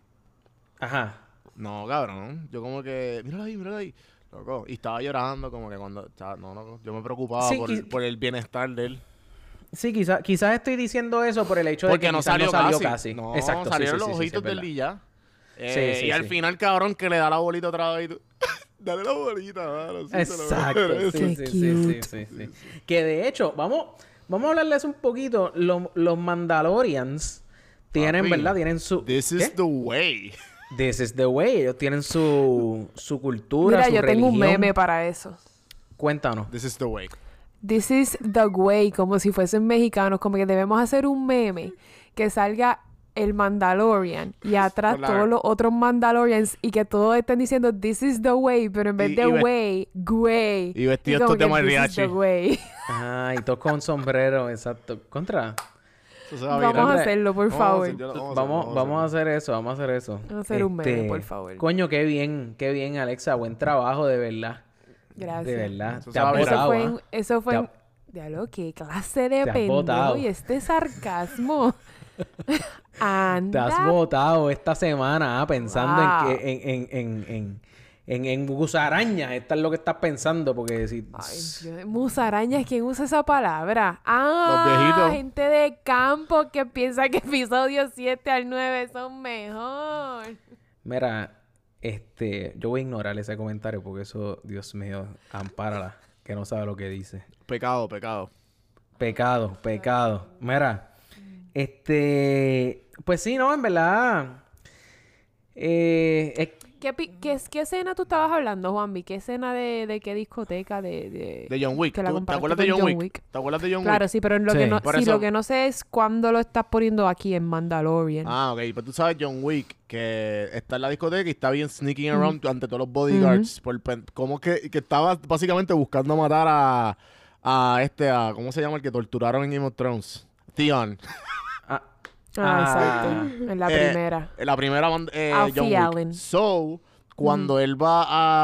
Ajá. No, cabrón. Yo como que... Mírala ahí, mírala ahí. Loco. Y estaba llorando como que cuando... estaba- No, no. Yo me preocupaba Sí, por, qui- por el bienestar de él. Sí, quizás quizás estoy diciendo eso por el hecho de Porque que no quizás salió, no salió casi. casi. No, Exacto, sí, salieron sí, los sí, sí, ojitos es del verdad. día. Eh, Sí, sí, y al sí. final, cabrón, que le da la bolita otra vez y tú... Dale la bolita, mano. sí, se lo Exacto, merece. sí, Qué sí, sí, sí, cute. sí, sí. Que de hecho, vamos, vamos a hablarles un poquito. Los, los Mandalorians tienen, Papi, ¿verdad? Tienen su... This ¿Qué? is the way. This is the way. Ellos tienen su, su cultura, Mira, su yo tengo un religión. meme para eso. Cuéntanos. This is the way. This is the way, como si fuesen mexicanos, como que debemos hacer un meme que salga el Mandalorian y atrás Con la- todos los otros Mandalorians y que todos estén diciendo this is the way, pero en vez Y- de y ve- way, güey. y vestidos como todos de que, "This is mariachi". the way. Ah, y todos con sombrero, exacto. Contra. Eso se va a Vamos virar. a hacerlo, por Vamos a favor. hacer- yo lo- Vamos, a hacer, vamos a hacer eso, vamos a hacer eso. Vamos a hacer un meme, por favor. Coño, qué bien, qué bien, Alexa. Buen trabajo, de verdad. Gracias. De verdad. Eso Te se va has a Eso botado, fue, ¿ah? en, eso fue Te en... ha- Diablo, qué clase de Te has pendejo botado. y este sarcasmo. Te Anda. has votado esta semana ah, pensando Wow. en que en, en, en, en, en, en gusarañas. Esta es lo que estás pensando, porque si... Ay, Dios, musarañas, ¿quién usa esa palabra? Ah, Los viejitos. gente de campo que piensa que episodios siete al nueve son mejor. Mira, este... Yo voy a ignorar ese comentario porque eso, Dios mío, ampárala, que no sabe lo que dice. Pecado, pecado. Pecado, pecado. Mira, este... Pues sí, no, en verdad... Eh, es- ¿Qué, pi- qué, qué escena tú estabas hablando, Juanvi? ¿Qué escena de, de qué discoteca? De, de... De John Wick. Que la ¿Tú- ¿Te comparaste acuerdas de con John, John Wick? Wick. ¿Te acuerdas de John Claro, Wick? sí, pero lo, Sí. que no, Por sí, eso- lo que no sé es cuándo lo estás poniendo aquí en Mandalorian. Ah, ok. Pues tú sabes John Wick, que está en la discoteca y está bien sneaking around ante todos los bodyguards. por pen- como que, que estaba básicamente buscando matar a, a este, a, ¿cómo se llama? El que torturaron en Game of Thrones. Theon. ah, Ah, Ah. exacto. En la Eh, primera. En la primera band- eh, Alfie John Wick. Allen. So, cuando él va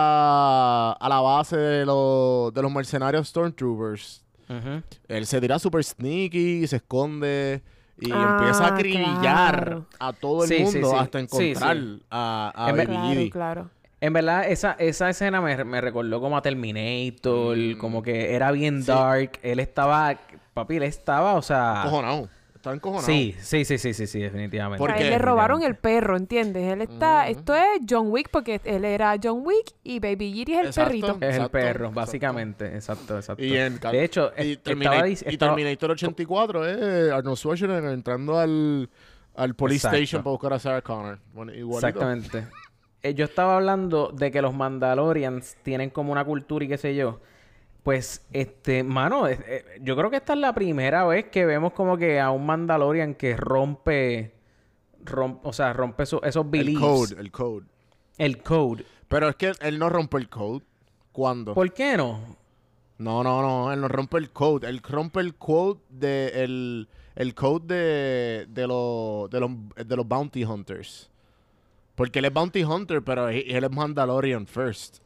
a, a la base de, los de los mercenarios Stormtroopers, ujú. él se tira super sneaky, se esconde y Ah, empieza a acribillar claro. a todo el Sí, sí, mundo sí. hasta Sí, encontrar sí. a, a En Baby ver- Claro, Yiri. claro. En verdad, esa, esa escena me, me recordó como a Terminator, Mm. como que era bien Sí. dark. Él estaba, papi, él estaba, o sea... Encojonado. Estaba encojonado. Sí, sí, sí, sí, sí, sí, definitivamente. ¿Por A él qué? le robaron el perro, ¿entiendes? Él está... Ujú. Esto es John Wick porque él era John Wick y Baby Yiri es el Exacto. perrito. Es el Exacto, perro, exacto. básicamente. Exacto, exacto. Y en, De hecho, y, es- Termina- estaba, dic- y estaba- Terminator ochenta y cuatro es Arnold Schwarzenegger entrando al, al police Exacto. station para buscar a Sarah Connor. Bueno, igualito. Exactamente. Eh, yo estaba hablando de que los Mandalorians tienen como una cultura y qué sé yo. Pues, este, mano, eh, eh, yo creo que esta es la primera vez que vemos como que a un Mandalorian que rompe, rom- o sea, rompe eso- esos El beliefs. code, el code. El code. Pero es que él no rompe el code. ¿Cuándo? ¿Por qué no? No, no, no. Él no rompe el code. Él rompe el code de el, el code de, de, los, de, los, de los bounty hunters. Porque él es bounty hunter, pero él él es Mandalorian first.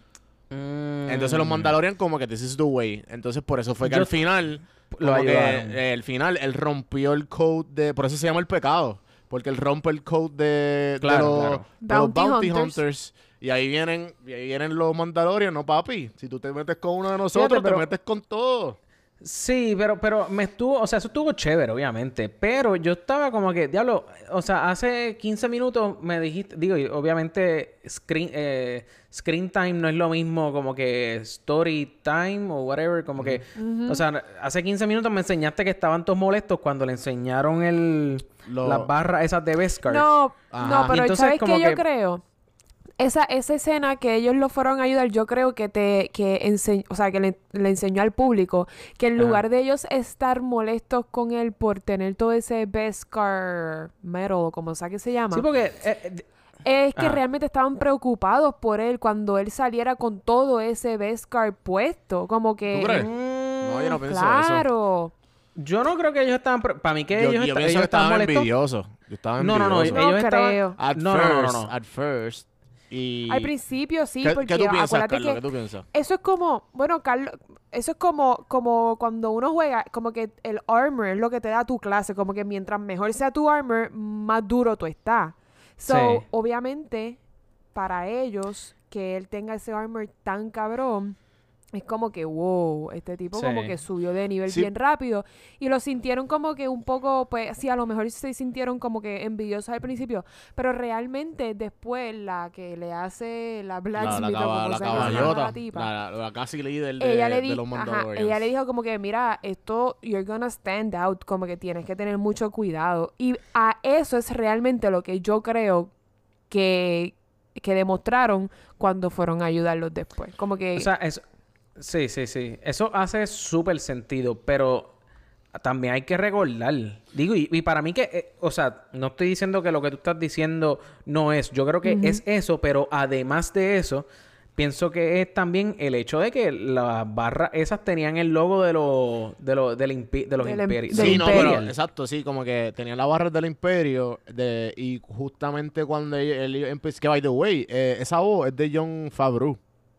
Entonces los Mandalorian como que this is the way. Entonces por eso fue que Yo- al final, lo como que ayudaron. eh, al final él rompió el code de, por eso se llama el pecado, porque él rompe el code de, Claro, de, los, claro. de los Bounty bounty hunters. hunters. Y ahí vienen, y ahí vienen los Mandalorian, no papi. Si tú te metes con uno de nosotros, pero- te metes con todo. Sí, pero, pero me estuvo, o sea, eso estuvo chévere, obviamente. Pero yo estaba como que, diablo, o sea, hace quince minutos me dijiste, digo, y obviamente screen, eh, screen time no es lo mismo como que story time o whatever, como que, o sea, hace quince minutos me enseñaste que estaban todos molestos cuando le enseñaron el, Lo- las barras esas de Beskar. No, Ajá. no, pero Y entonces ¿sabes como qué yo que- creo? esa, esa escena que ellos lo fueron a ayudar, yo creo que te, que enseñó, o sea, que le, le enseñó al público que en Ajá. lugar de ellos estar molestos con él por tener todo ese Beskar metal, o como sea que se llama, Sí, porque... eh, eh, es que Ajá. realmente estaban preocupados por él cuando él saliera con todo ese Beskar puesto, como que... ¿Tú crees? mm, No, yo no pienso eso. Claro. Yo no creo que ellos estaban... Para mí que Yo, ellos, yo esta- pienso ellos que estaban estaban molestos. envidiosos. Yo estaba No, no, no. envidioso. No Ellos estaban... creo. At No, no, no, first, no, no. at first. Y... Al principio sí, ¿Qué, porque ¿qué tú piensas, acuérdate Carlos? que... ¿Qué tú piensas? Eso es como, bueno, Carlos, eso es como, como cuando uno juega, como que el armor es lo que te da tu clase, como que mientras mejor sea tu armor, más duro tú estás. So, Sí. obviamente, para ellos, que él tenga ese armor tan cabrón, es como que, wow, este tipo Sí. como que subió de nivel Sí. bien rápido. Y lo sintieron como que un poco, pues, sí, a lo mejor se sintieron como que envidiosos al principio, pero realmente después la que le hace la La, Blacksmith la, o caba- como la sea que se llama caballota. la tipa. La, la, la casi líder de, ella le, de di- los ajá, Mandalorians. ella le dijo como que, mira, esto, you're gonna stand out, como que tienes que tener mucho cuidado. Y a eso es realmente lo que yo creo que, que demostraron cuando fueron a ayudarlos después. Como que... O sea, eso... Sí, sí, sí. Eso hace súper sentido, pero también hay que recordar. Digo, y, y para mí que... eh, o sea, no estoy diciendo que lo que tú estás diciendo no es. Yo creo que Ujú. es eso, pero además de eso, pienso que es también el hecho de que las barras esas tenían el logo de los... De los, del impi- de los Del em- imperios. del Sí, no, pero Imperial. exacto, sí, como que tenía la barra del Imperio de, y justamente cuando él, él empezó, que by the way, eh, esa voz es de Jon Favreau.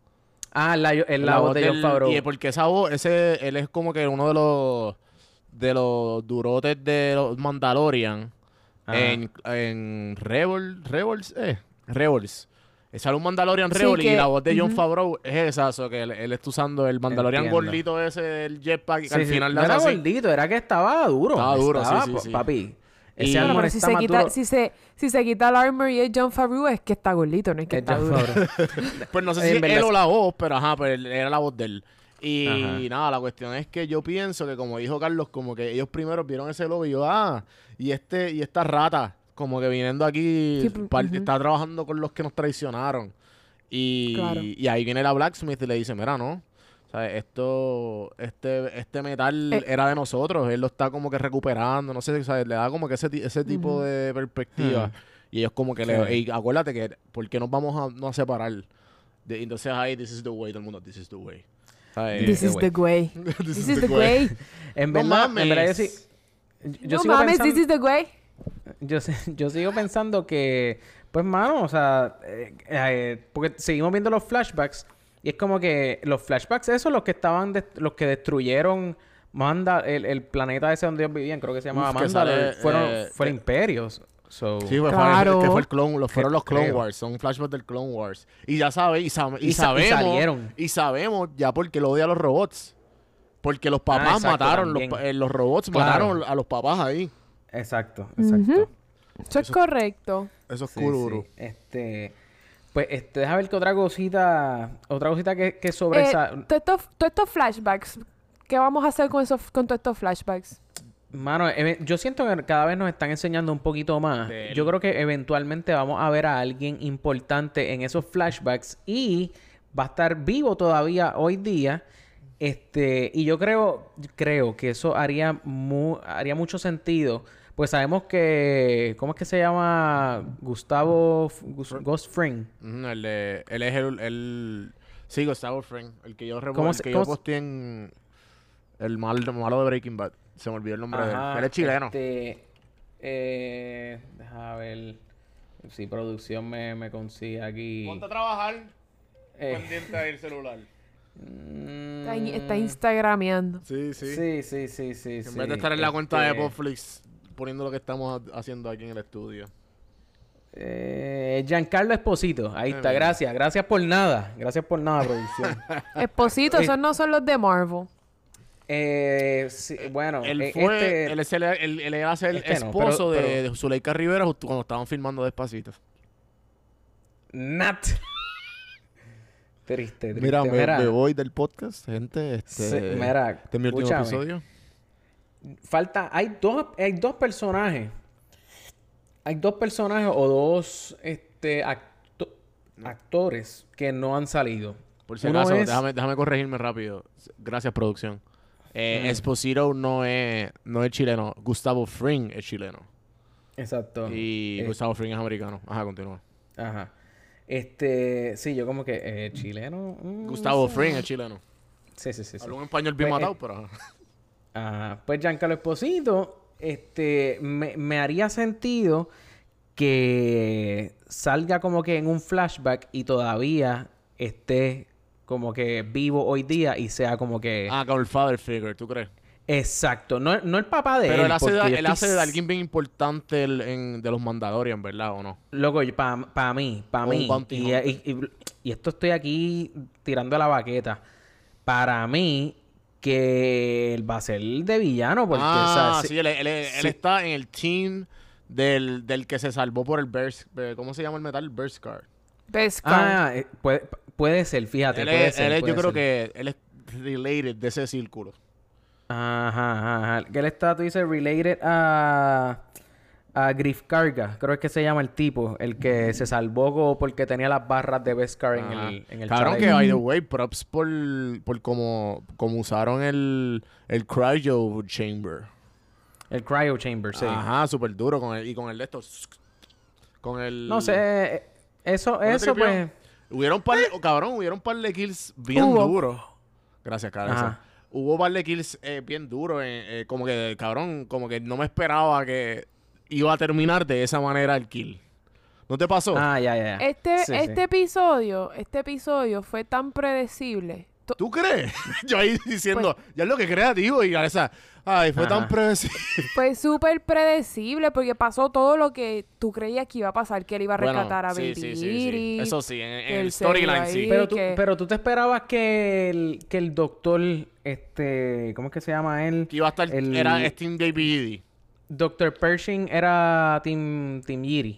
Ah, la, el la voz de Jon del- Favreau. Y porque esa voz, ese, él es como que uno de los de los durotes de los Mandalorian Ajá. en, en Rebel, Rebels, eh, Rebels. Sale un Mandalorian Sí, Rebel y que- la voz de Jon ujú. Favreau es esa, so que él, él está usando el Mandalorian Entiendo. gordito ese del jetpack que Sí, al sí. final No le era hace así. gordito, era que estaba duro. Estaba duro, sí, Estaba, sí, pa- sí. Papi. Y- Ese Bueno, armor Bueno, pero si está se, más quita, duro. si, se, si se quita el armor y es Jon Favreau, es que está gordito, no es que Es está Jon duro. Favreau. Pues no sé En si verdad él sí. o la voz, pero ajá, pero él- era la voz de él. Y Ajá. nada, la cuestión es que yo pienso que como dijo Carlos, como que ellos primero vieron ese logo y yo, ah, y este, y esta rata, como que viniendo aquí, Sí, pu- par- ujú. está trabajando con los que nos traicionaron. Y, Claro. y ahí viene la Blacksmith y le dice, mira, no, ¿sabes? Esto, este, este metal Eh. era de nosotros, él lo está como que recuperando, no sé, ¿sabes? Le da como que ese, ti- ese tipo Ujú. de perspectiva. Hmm. Y ellos como que Sí. le... Y acuérdate que, ¿por qué nos vamos a, no a separar? De- entonces ahí, this is the way, todo el mundo, this is the way. ¿Sabes? This the is way. the way. This is the way. En No verdad, mames. en verdad yo sí... Yo No sigo mames, pensando... this is the way. Yo, si- yo sigo pensando que, pues, mano, o sea, eh, eh, porque seguimos viendo los flashbacks y es como que los flashbacks, esos los que estaban, dest- los que destruyeron Manda, el, el planeta ese donde ellos vivían, creo que se llamaba Uf, que Mandalore, sale, fueron, eh, fue el eh, Imperio. So, Sí, fue, Claro. fue, que fue el Clone, los, fueron los Clone Creo. Wars, son flashbacks del Clone Wars. Y ya sabes, y, sab- y Y sa- y sabemos, salieron. y sabemos ya porque lo odia a los robots. Porque los papás Ah, exacto, mataron, los, también. pa- eh, los robots Claro. mataron a los papás ahí. exacto, exacto. Ujú. Eso es Eso- correcto. Eso es Sí, cururu. sí. Este, pues, este, déjame ver que otra cosita, otra cosita que, que sobre Eh, esa... todos estos, todos estos flashbacks, ¿qué vamos a hacer con, esos, con todos estos flashbacks? Mano, eve- yo siento que cada vez nos están enseñando un poquito más. De él. Yo creo que eventualmente vamos a ver a alguien importante en esos flashbacks y va a estar vivo todavía hoy día. Este, y yo creo, creo que eso haría mu- haría mucho sentido. Pues sabemos que, ¿cómo es que se llama? Gustavo F- Gus- Ghost Fring. Ujú, el de, él es el, el sí, Gustavo Fring, el que yo, revo- ¿Cómo el se- que cómo yo se- posteé en el mal, malo de Breaking Bad. Se me olvidó el nombre de Ajá, él. Él es chileno. Este, eh, deja ver si producción me, me consigue aquí. Ponte a trabajar Eh, pendiente del celular. Está, in- mm, está instagrameando. Sí, sí. Sí, sí, sí, sí. En sí. vez de estar en la cuenta de Este, Netflix poniendo lo que estamos ha- haciendo aquí en el estudio. Eh, Giancarlo Esposito. Ahí Eh, está, mira. gracias. Gracias por nada. Gracias por nada, producción. Esposito, Eh, esos no son los de Marvel. eh, sí, bueno, Él eh, fue, este- él, es el, él, él era el este no, esposo pero- de, pero- de Zuleika Rivera justo cuando estaban filmando Despacito. Nat. Triste, triste. Mira, me, me voy del podcast, gente. Este, Sí, mira, este es mi último escúchame. episodio. Falta, hay dos, hay dos personajes. Hay dos personajes o dos, este, acto- actores que no han salido. Por si Uno acaso, es- déjame, déjame corregirme rápido. Gracias, producción. Eh, Mm. Esposito no es, no es chileno. Gustavo Fring es chileno. Exacto. Y Eh, Gustavo Fring es americano. Ajá, continúa. Ajá. Este, sí, yo como que eh, chileno. mm, Gustavo no sé. Fring es chileno. Sí, sí, sí. sí. Habla un español bien Pues, matado, eh, pero... ajá. Ajá. Pues Giancarlo Esposito, este, me, me haría sentido que salga como que en un flashback y todavía esté como que vivo hoy día y sea como que... Ah, como el father figure, ¿tú crees? Exacto. No, no el papá de Pero él. él hace, de, porque yo él estoy hace de alguien bien importante el- en, de los Mandalorian, ¿verdad? ¿O no? Loco, para mí, para O un mí, bounty y, hunter. y- y- y esto estoy aquí tirando a la baqueta, para mí que él va a ser de villano, porque, ah, o sea, si- sí, él, él- él sí. está en el team del, del que se salvó por el Bears... ¿Cómo se llama el metal? Berskar. Beskar. Ah, eh, puede, puede ser, fíjate, Él puede es, ser, él es- puede yo creo ser. que él es related de ese círculo. Ajá, ajá, ajá. Que él está, tú dices, related a... A Griff Karga, creo que se llama el tipo, el que se salvó co- porque tenía las barras de Beskar en Ajá. el, en el Cabrón, que chaleco. by the way, props por, por como, como usaron el, el cryo chamber. El Cryo Chamber, sí. Ajá, súper duro con el, y con el de estos. Con el. No sé, eh, eso, ¿No te eso tripió? pues... Hubieron par de, oh, cabrón, hubieron par de kills bien Hubo. duros. Gracias, Karen. Ajá. Hubo par de kills eh, bien duros. eh, eh, como que, cabrón, como que no me esperaba que iba a terminar de esa manera el kill. ¿No te pasó? Ah, ya, ya, ya. Este, Sí, sí. este episodio, este episodio fue tan predecible. To- ¿Tú crees? Yo ahí diciendo, ya es lo que creativo y esa, ay, fue Ajá. tan predecible. Fue súper predecible porque pasó todo lo que tú creías que iba a pasar, que él iba a Bueno, rescatar a sí, Baby sí, sí, sí. Iris. Eso sí, en, en que el él se iba storyline a sí. ir. Pero tú, que- pero tú te esperabas que el, que el doctor, este, ¿cómo es que se llama él? Que iba a estar, El- era Steam Baby Edie. doctor Pershing era Team, team Yiri.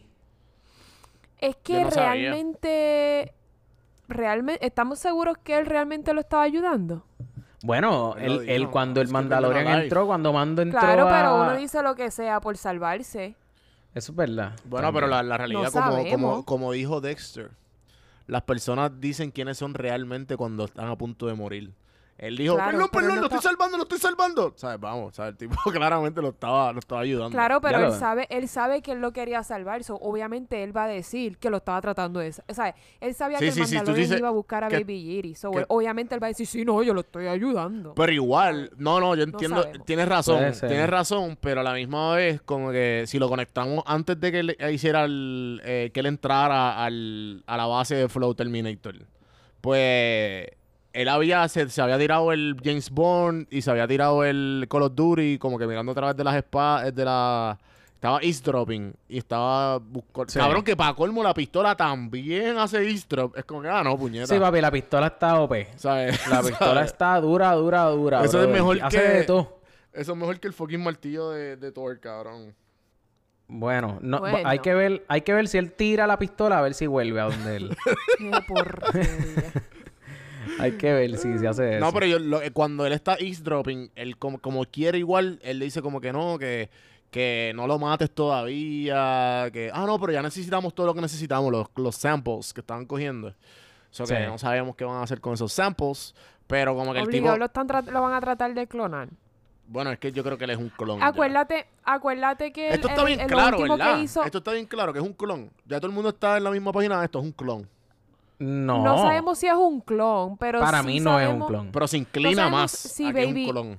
Es Yo que no sabía. realmente, realmente, ¿estamos seguros que él realmente lo estaba ayudando? Bueno, Él lo él, él dijo, cuando el es que él Mandalorian terminó live. entró, cuando Mando entró Claro, a... pero uno dice lo que sea por salvarse. Eso es verdad. Bueno, pero la, la realidad, No como, sabemos. como, como dijo Dexter, las personas dicen quiénes son realmente cuando están a punto de morir. Él dijo, Claro, perdón, pero perdón, no lo está- estoy salvando, lo estoy salvando. ¿Sabes? Vamos, ¿sabes? El tipo claramente lo estaba, lo estaba ayudando. Claro, pero Ya él lo- sabe, él sabe que él lo quería salvar. So, obviamente él va a decir que lo estaba tratando de... O sea, él sabía Sí, que el sí, sí, tú Mandalorian dices iba a buscar a que- Baby Yiri. So, que- él- obviamente él va a decir, sí, no, yo lo estoy ayudando. Pero igual, no, no, yo entiendo, sabemos. tienes razón, Puede ser. tienes razón, pero a la misma vez, como que si lo conectamos antes de que él hiciera el, eh, que él entrara al, a la base de Flow Terminator, pues él había, se, se había tirado el James Bond y se había tirado el Call of Duty, como que mirando a través de las espadas, de la... Estaba eavesdropping y estaba buscando... Sí. Cabrón, que para colmo la pistola también hace eavesdrop. Es como que, ah, no, puñeta. Sí, papi, la pistola está O P. ¿Sabes? La pistola ¿Sabes? está dura, dura, dura. Eso es brother. mejor Hace que- de todo. Eso es mejor que el fucking martillo de, de Thor, cabrón. Bueno, no, Bueno. hay que ver, hay que ver si él tira la pistola a ver si vuelve a donde él. Qué porquería. Hay que ver si se hace eso. No, pero yo, lo- eh, cuando él está eavesdropping, él como, como quiere igual, él le dice como que no, que, que no lo mates todavía, que, ah, no, pero ya necesitamos todo lo que necesitamos, los, los samples que estaban cogiendo. Eso que Sí. no sabemos qué van a hacer con esos samples, pero como que el tipo... Obligado, lo, están tra- lo van a tratar de clonar. Bueno, es que yo creo que él es un clon. ya. Acuérdate, acuérdate que el, Esto está el- bien el claro, último ¿verdad? que hizo... Esto está bien claro, que es un clon. Ya todo el mundo está en la misma página, esto es un clon. No. No sabemos si es un clon, pero Para sí mí no es un sabemos- clon. Pero se inclina sabemos más si a que es Baby- un clon.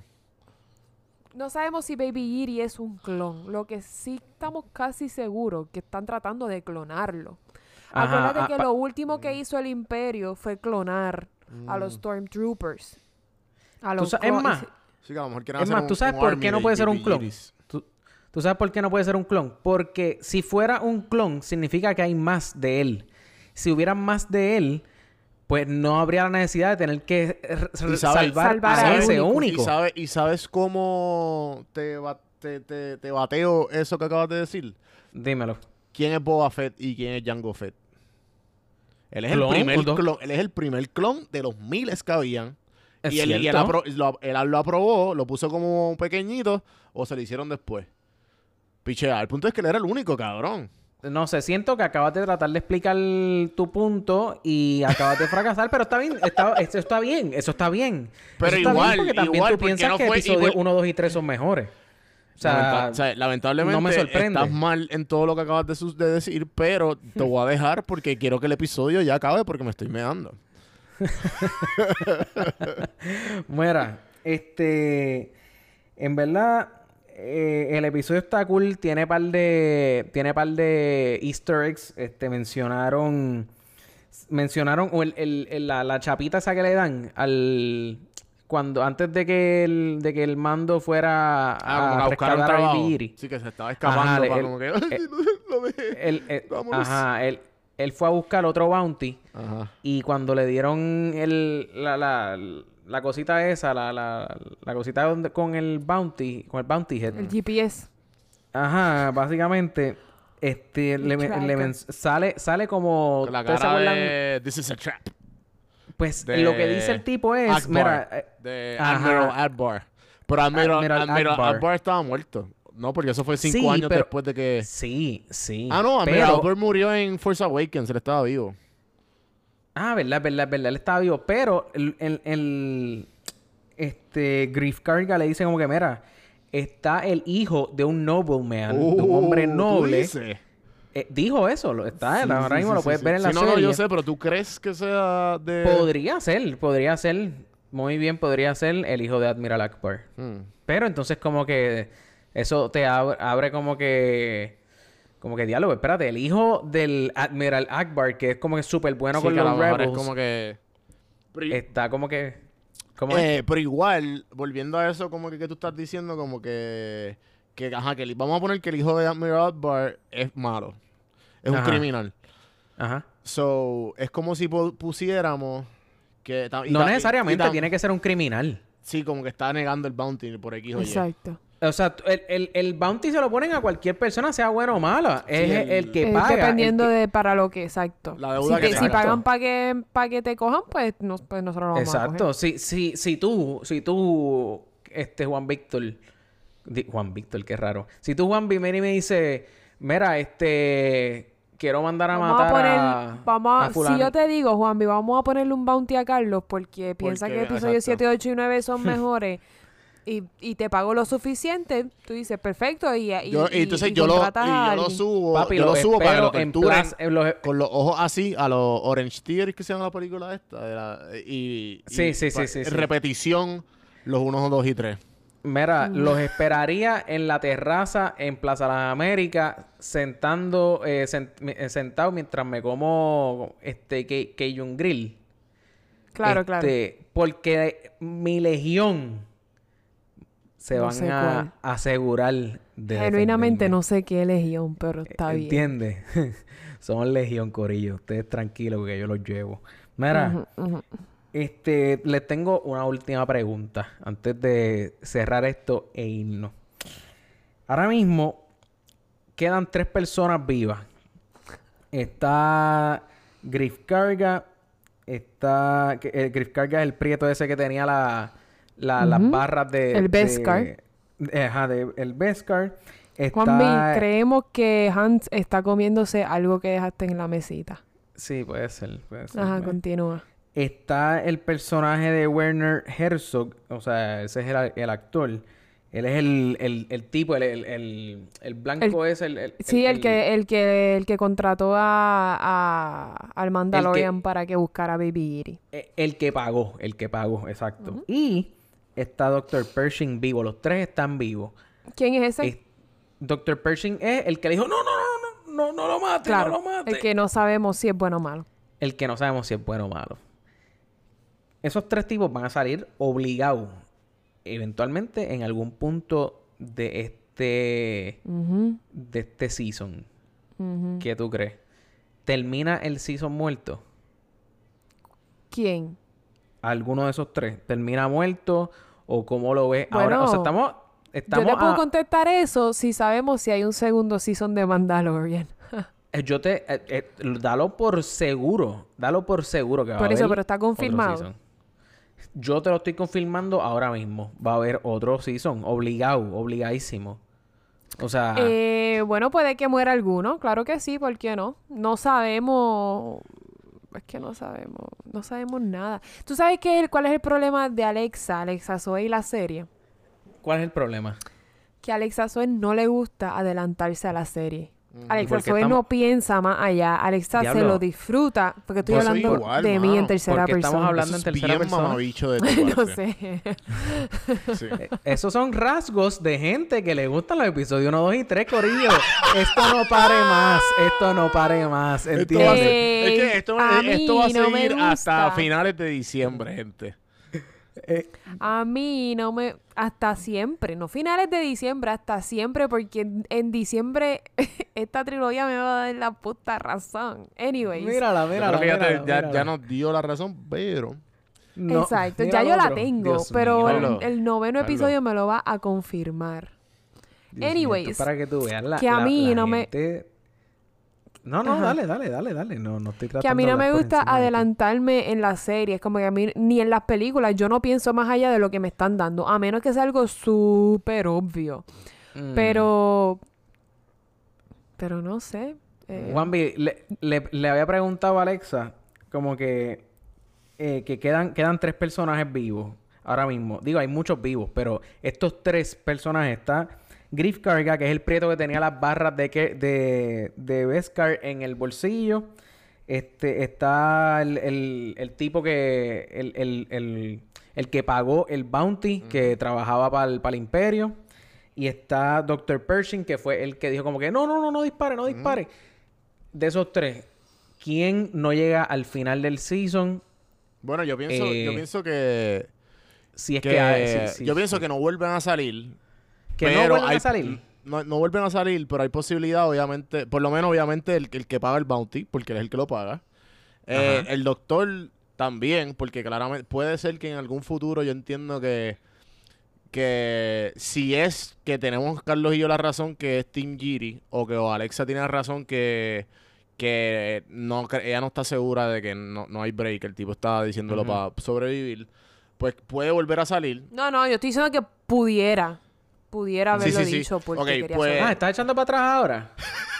No sabemos si Baby Yiri es un clon. Lo que sí estamos casi seguros que están tratando de clonarlo. Ajá, Acuérdate ah, que pa- lo último que hizo el Imperio fue clonar a Mm. los Stormtroopers. A Tú los sa- es clo- más, Sí, que a lo mejor quieren Es hacer más, un- ¿tú sabes un por army qué no de puede ser un Baby clon? Yiris. ¿Tú, tú sabes por qué no puede ser un clon? Porque si fuera un clon, significa que hay más de él. Si hubiera más de él, pues no habría la necesidad de tener que r- Y r- sabe- salvar, Salvar a al ese único. único. ¿Y, sabe- y sabes cómo te, ba- te, te, te bateo eso que acabas de decir? Dímelo. ¿Quién es Boba Fett y quién es Jango Fett? Él es, el ¿Clon? primer ¿O dos? clon, él es el primer clon de los miles que habían. Es y él, y él, cierto. apro- lo, él lo aprobó, lo puso como un pequeñito o se lo hicieron después. Pichea, el punto es que él era el único, cabrón. No sé, siento que acabas de tratar de explicar tu punto y acabas de fracasar, pero está bien, está, eso está bien, eso está bien. Pero Eso está igual, bien porque también igual, tú porque piensas no que fue episodios igual- uno, dos y tres son mejores. O sea, Lamenta- o sea, lamentablemente no me sorprende. estás mal en todo lo que acabas de, sus- de decir, pero te voy a dejar porque quiero que el episodio ya acabe porque me estoy meando. mira, este, en verdad, eh, el episodio está cool, tiene par de, tiene par de Easter eggs, este, mencionaron, mencionaron, o el, el- el- la, la chapita esa que le dan al, cuando, antes de que el, de que el mando fuera Ah, como que a a buscar un rescatar a trabajo. Baby Iri. Sí, que se estaba escapando Ajá, para el- como que... el- lo dejé. Él, eh, Vámonos. ajá, él, él fue a buscar otro bounty. Ajá. Y cuando le dieron el, la, la, la cosita esa, la, la, la cosita donde, con el bounty, con el bounty head. El G P S. Ajá, básicamente, este, El le, men- le tracker. men- sale, sale como... Con la ¿ustedes se cara acuerdan? de... This is a trap. Pues de lo que dice el tipo es, Akbar. mira, eh, De Ajá. Admiral Akbar. Pero Admiral, Admiral Admiral Akbar. Akbar estaba muerto. No, porque eso fue cinco Sí, años pero- después de que... sí, sí. Ah, no, Admiral pero, Akbar murió en Force Awakens. Él estaba vivo. Ah, verdad, verdad, verdad. Él estaba vivo. Pero el, el, el- este Grief Karga le dice como que, mira, está el hijo de un nobleman, de un hombre Uh, ¿tú noble. dices? Eh, dijo eso, lo está, Sí, ahora sí, mismo sí, lo sí, puedes sí. ver en la Sí, no, serie. no, yo sé, pero ¿tú crees que sea de...? Podría ser, podría ser, muy bien podría ser el hijo de Admiral Akbar. Hmm. Pero entonces como que eso te abre, abre como que... Como que diálogo, espérate, el hijo del Admiral Akbar, que es como que súper bueno Sí, con que a los lo mejor rebels, es como que... Pero, está como que... Como eh, pero igual, volviendo a eso, como que, que tú estás diciendo, como que... que ajá, que el- vamos a poner que el hijo de Admiral Akbar es malo. Es un Ajá. criminal. Ajá. So, es como si pu- pusiéramos que... ta- y No ta- y- necesariamente y tam- tiene que ser un criminal. Sí, como que está negando el bounty por X o Y. Exacto. O sea, el, el, el bounty se lo ponen a cualquier persona, sea buena o mala. es el- el, que Eh, paga. el dependiendo que- de para lo que, exacto. La deuda si, que te- te si hagan. pagan para que, pa' que te cojan, pues, nos, pues nosotros lo vamos a Exacto. coger. Si, si, si tú, si tú, este Juan Víctor, di- Juan Víctor, qué raro. Si tú, Juan B, viene y me dice, mira, este, quiero mandar a Vamos matar a poner, a, vamos a a, si fulano. yo te digo, Juanvi, vamos a ponerle un bounty a Carlos porque piensa Porque, que episodios exacto. siete, ocho y nueve son mejores y, y te pago lo suficiente, tú dices, perfecto, y, y, Yo- y y- entonces y yo, lo, contratas y a yo lo alguien. subo, Papi, yo lo subo para que lo espero en torturen plaza- en los- con los ojos así a los Orange Theory que se llama la película esta. de la- y, y- Sí, sí, sí, pa- sí, sí. repetición los unos, dos y tres. Mira, Mm. los esperaría en la terraza en Plaza Las Américas, sentando, eh, sent- eh, sentado mientras me como este Ke- Cajun Grill. Claro, claro. Este, porque mi legión se No van sé a cuál. asegurar de Genuinamente defenderme. no sé qué legión, pero está bien. ¿Entiendes? Somos legión, corillo. Ustedes tranquilos porque yo los llevo. Mira, Ujú, ujú. este, les tengo una última pregunta antes de cerrar esto e irnos. Ahora mismo quedan tres personas vivas. Está Griff Karga. Está... que- El Griff Karga es el prieto ese que tenía la, la- las Ujú. barras de... El de- Beskar. de- Ajá, de, el Beskar. Está... Juanvi, creemos que Hans está comiéndose algo que dejaste en la mesita. Sí, puede ser. Puede ser. Ajá, Bueno. continúa. Está el personaje de Werner Herzog, o sea, ese es el, el actor. Él es el, el, el tipo, el, el, el, el blanco es el... el- Sí, el, que el que el que contrató a, a al Mandalorian para que buscara a Baby Iri. El, el que pagó, el que pagó, exacto. Y está doctor Pershing vivo, los tres están vivos. ¿Quién es ese? Es- doctor Pershing es el que le dijo, no, no, no, no, no, no lo mate, Claro, no lo mate. el que no sabemos si es bueno o malo. El que no sabemos si es bueno o malo. Esos tres tipos van a salir obligados eventualmente en algún punto de este Ujú, de este season. ujú. ¿Qué tú crees? ¿Termina el season muerto? ¿Quién? ¿Alguno de esos tres? ¿Termina muerto? ¿O cómo lo ves? Ahora, o sea, Bueno, estamos... estamos Yo te puedo a- contestar eso si sabemos si hay un segundo season de Mandalorian. eh, yo te... eh, eh, dalo por seguro. Dalo por seguro que va Por a eso, haber pero está otro confirmado. season. Yo te lo estoy confirmando ahora mismo. Va a haber otro season. Obligado. Obligadísimo. O sea... Eh, bueno, puede que muera alguno. Claro que sí, ¿por qué no? No sabemos... Es que no sabemos... No sabemos nada. ¿Tú sabes qué, cuál es el problema de Alexa, Alexa Zoe y la serie? ¿Cuál es el problema? Que a Alexa Zoe no le gusta adelantarse a la serie. Alexa porque Zoe estamos- no piensa más allá. Alexa se Diablo. lo disfruta. Porque estoy Yo soy hablando igual, de mí mano, en tercera porque estamos persona. hablando- Eso en es tercera bien persona. mamabicho de tu No parte. sé. Sí. Eh, Esos son rasgos de gente que le gustan los episodios uno, dos y tres, corillo. Esto no pare más. Esto no pare más. Esto va a ser- Eh, es que esto, a esto va a mí no me seguir hasta gusta. finales de diciembre, gente. Eh, A mí no me... Hasta siempre. No finales de diciembre. Hasta siempre. Porque en, en diciembre esta trilogía me va a dar la puta razón. Anyways. mírala, Yo mírala, creo que ya, te- mírala, ya- mírala. ya nos dio la razón, pero... No, Exacto. mira Ya lo yo la otro. tengo. Dios pero mío. el, Hazlo. el noveno Hazlo. episodio me lo va a confirmar. Dios mío, Anyways, esto para que tú veas la, que a la- mí la no me- gente- No, no, Ajá. dale, dale, dale, dale. No, no estoy tratando Que a mí de no me hablar por gusta encima de ti. adelantarme en las series. Como que a mí, ni en las películas, yo no pienso más allá de lo que me están dando. A menos que sea algo súper obvio. Mm. Pero... Pero no sé. eh, Juanvi, le, le, le había preguntado a Alexa como que, eh, que quedan, quedan tres personajes vivos ahora mismo. Digo, hay muchos vivos, pero estos tres personajes está Griff Karga, que es el prieto que tenía las barras de que, de, de Beskar en el bolsillo. Este, está el, el, el tipo que el, el, el, el que pagó el bounty, que trabajaba para el, para el imperio. Y está doctor Pershing, que fue el que dijo como que no, no, no, no dispare, no dispare. De esos tres, ¿quién no llega al final del season? Bueno, yo pienso, Eh, yo pienso que... Si es que- que... hay- sí, sí, yo pienso sí. que no vuelven a salir. Que no pero vuelvan hay- a salir. No, no vuelven a salir, pero hay posibilidad, obviamente, por lo menos, obviamente, el, el que paga el bounty, porque él es el que lo paga. Eh, Ajá. el doctor también, porque claramente puede ser que en algún futuro yo entiendo que, que si es que tenemos Carlos y yo la razón que es Team Giri, o que o Alexa tiene la razón que, que no, cre- ella no está segura de que no, no hay break, el tipo está diciéndolo Ujú. para sobrevivir, pues puede volver a salir. No, no, yo estoy diciendo que pudiera. Pudiera Sí, haberlo sí, sí. dicho porque Ok, quería pues- saber. Ah, ¿estás echando para atrás ahora?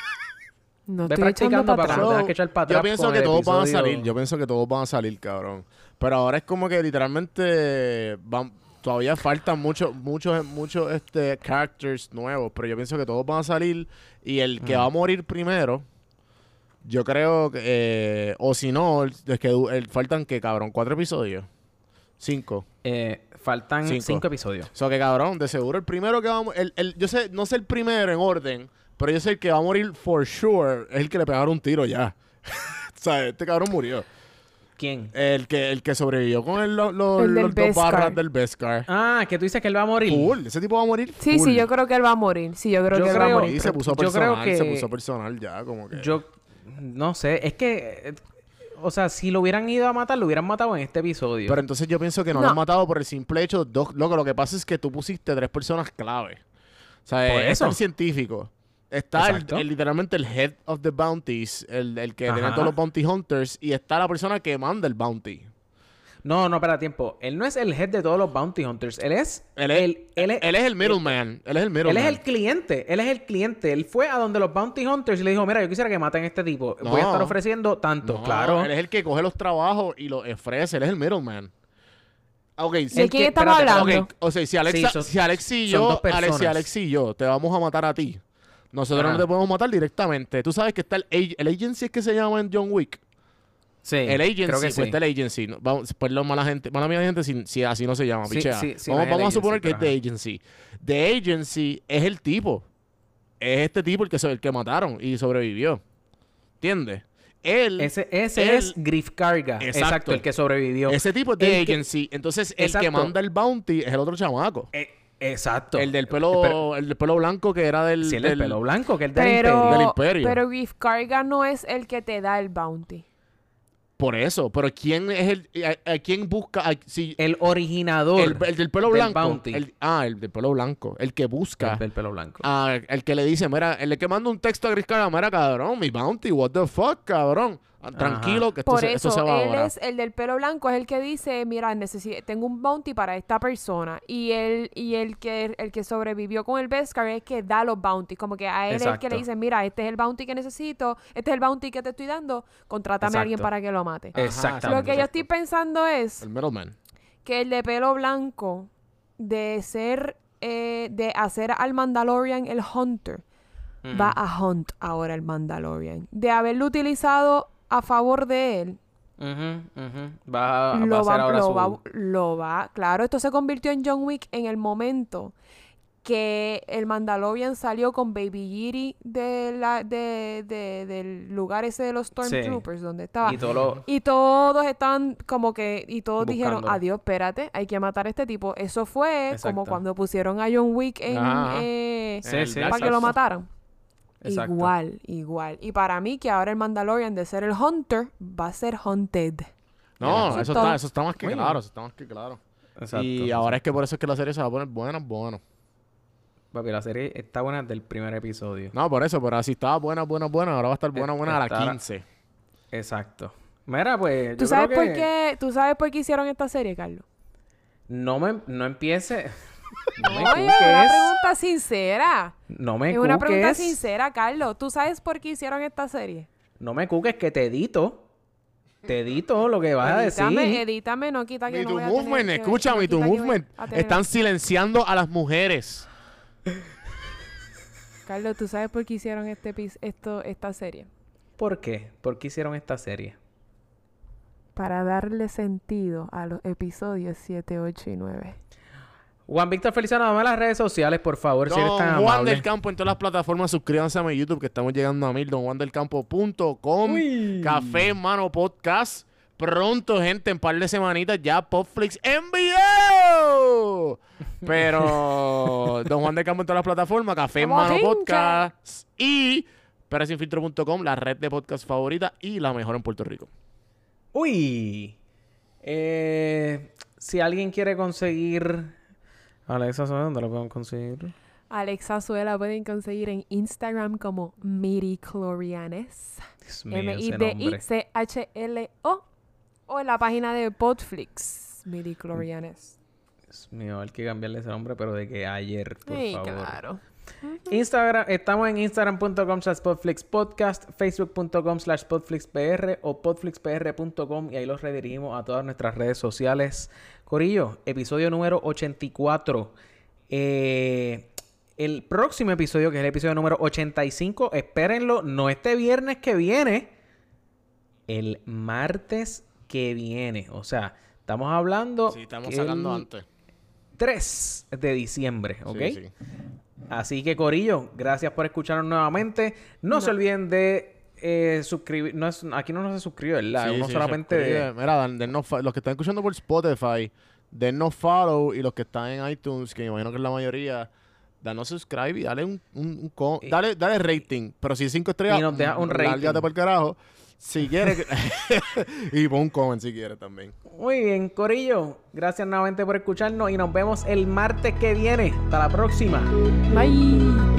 No Ve estoy echando practicando para para atrás. no tengas que echar para atrás Yo pienso con que el todos van a episodio. salir. Yo pienso que todos van a salir, cabrón. Pero ahora es como que literalmente van, todavía faltan muchos, muchos, muchos este, characters nuevos. Pero yo pienso que todos van a salir. Y el que Mm. va a morir primero, yo creo que... eh, o si no, el- es que du- el- faltan, que cabrón? ¿Cuatro episodios? Cinco. Eh, faltan Cinco. cinco, episodios. O sea, que cabrón, de seguro el primero que va a mo- el, el- Yo sé, no sé el primero en orden, pero yo sé el que va a morir for sure es el que le pegaron un tiro ya. O sea, este cabrón murió. ¿Quién? El que, el que sobrevivió con el, lo- lo- El del los dos Beskar. barras del Beskar. Ah, que tú dices que él va a morir. Full. Ese tipo va a morir. Sí, full. sí, yo creo que él va a morir. Sí, yo creo Yo que él va a creo- morir. Y se puso yo creo personal, que- se puso personal ya, como que... Yo no sé, es que... eh, O sea, si lo hubieran ido a matar, lo hubieran matado en este episodio. Pero entonces yo pienso que no, No. lo han matado por el simple hecho... Dos, loco, lo que pasa es que tú pusiste tres personas clave. O sea, Por está eso. el científico. Está el, Exacto. el- literalmente el head of the bounties, el, el que tiene Ajá. todos los bounty hunters, y está la persona que manda el bounty. No, no, espera tiempo. Él no es el head de todos los bounty hunters. Él es... Él es, el, él es, él es el middleman. Él es el middleman. él es el cliente. Él es el cliente. Él fue a donde los bounty hunters y le dijo, mira, yo quisiera que maten a este tipo. No. Voy a estar ofreciendo tanto. No, claro. Él es el que coge los trabajos y los ofrece. Él es el middleman. Ok, ¿De si, quién que- estamos espérate, hablando? ok, o sea, si Alexa, Sí, son- si Alex y son yo, dos Alex, si personas. Alex y yo te vamos a matar a ti, nosotros Ajá. no te podemos matar directamente. Tú sabes que está el, ag- el agency es que se llama en John Wick. Sí, El agency, creo que pues sí. está el agency. No, vamos, perdón, mala gente, mala mía gente si, si así no se llama, Sí, pichea. sí, sí, vamos no es el vamos a suponer agency, que es pero The Agency. The Agency es el tipo. Es este tipo el que, so- el que mataron y sobrevivió. ¿Entiendes? Él, Ese, ese él- es Griff Karga. Exacto. Exacto. el que sobrevivió. ese tipo es The el que- Agency. Entonces, el que Exacto. manda el bounty es el otro chamaco. Eh, exacto. El del pelo, Pero- el del pelo blanco que era del, sí, el del pelo blanco, que es del Pero, imperio. Del imperio. pero Griff Karga no es el que te da el bounty. Por eso, pero ¿quién es el a, a quién busca a- si El originador. el, el del pelo del blanco? bounty. El- ah, el del pelo blanco, el que busca El del pelo blanco. a- el que le dice, mira, el que manda un texto a Chris Carga, mira, cabrón, mi bounty, what the fuck, cabrón. Tranquilo, que esto Por se, eso, esto se va él ahora. es el del pelo blanco, es el que dice, mira, necesi- tengo un bounty para esta persona. Y él, y el que el que sobrevivió con el Beskar es que da los bounties. Como que a él es el que Exacto. le dice, mira, este es el bounty que necesito, este es el bounty que te estoy dando, contrátame a alguien Exacto. para que lo mate. Ajá, Exactamente. Lo que yo exacto. estoy pensando es El middleman. que el de pelo blanco, de ser, eh, de hacer al Mandalorian el Hunter, Ujú. va a hunt ahora el Mandalorian. De haberlo utilizado a favor de él, Ujú, ujú. Va, a- va a lo ser va, ahora lo su... va, lo va, claro, esto se convirtió en John Wick en el momento que el Mandalorian salió con Baby Yiri de la, de, de- del lugar ese de los Stormtroopers, donde estaba. Y Y, todo lo... todos estaban como que, y todos dijeron, Buscándolo. adiós, espérate, hay que matar a este tipo. Eso fue Exacto. como cuando pusieron a John Wick en, Ajá. eh, Sí, El sí, Black para que lo exacto. mataran. Exacto. Igual, igual. Y para mí que ahora el Mandalorian de ser el Hunter va a ser Hunted. No, Eso eso es todo. está, eso está más que Muy bien. claro, eso está más que claro. Exacto, y exacto. ahora es que por eso es que la serie se va a poner buena, buena. Papi, la serie está buena desde el primer episodio. No, por eso, pero así estaba buena, buena, buena, ahora va a estar buena, buena a la Estará- quince. Exacto. Mira, pues... ¿Tú yo sabes creo por que qué? ¿Tú sabes por qué hicieron esta serie, Carlos? No me... No empiece... No me Oye, una cuques. pregunta sincera. No me Es una pregunta cuques. sincera, Carlos. ¿Tú sabes por qué hicieron esta serie? No me cuques que te edito. Te edito lo que vas a Edítame, decir. edítame, no quita que Mi no tu voy a tener movement, que- escucha, no mi tu quita que voy movement. a tener- Están silenciando a las mujeres. Carlos, ¿tú sabes por qué hicieron este epis- esto, esta serie? ¿Por qué? ¿Por qué hicieron esta serie? Para darle sentido a los episodios siete, ocho y nueve. Juan Víctor Feliciano, dame las redes sociales, por favor, si eres tan Don Juan amable. del Campo en todas las plataformas. Suscríbanse a mi YouTube que estamos llegando a mil. don juan del campo punto com. Uy. Café Mano Podcast. Pronto, gente, en par de semanitas ya Popflix en video. Pero Don Juan del Campo en todas las plataformas. Café ¡Vamos, Mano hincha! Podcast. Y pera sin filtro punto com, la red de podcast favorita y la mejor en Puerto Rico. Uy. Eh, si alguien quiere conseguir... Alexa, ¿sabes dónde lo pueden conseguir? Alexa Suela pueden conseguir en Instagram como Midichlorianes. Dios mío, M I ese D I nombre. C H L O. O en la página de Podflix, Midichlorianes. Dios mío, hay que cambiarle ese nombre, pero de que ayer, por Sí, favor. claro. Instagram, estamos en instagram.com slash podflixpodcast, facebook.com slash podflixpr o podflixpr punto com y ahí los redirigimos a todas nuestras redes sociales. Corillo, episodio número ochenta y cuatro. Eh, el próximo episodio, que es el episodio número ochenta y cinco, espérenlo, no este viernes que viene, el martes que viene. O sea, estamos hablando Sí, estamos que sacando el antes. tres de diciembre, ¿ok? Sí, sí. Así que, Corillo, gracias por escucharnos nuevamente. No, No. se olviden de eh, suscribir. No es, aquí no se suscribe, ¿verdad? Sí, Uno sí, solamente... suscribe. Mira, dan- dennos fo- los que están escuchando por Spotify, dennos follow. Y los que están en iTunes, que me imagino que es la mayoría, danos subscribe y dale un, un, un co- Y- dale, dale rating. Pero si es cinco estrellas, Y nos deja un mm, rating. lárgate por el carajo. Si quieres. Y pon un comment si quieres también. Muy bien, Corillo. Gracias nuevamente por escucharnos y nos vemos el martes que viene. Hasta la próxima. Bye.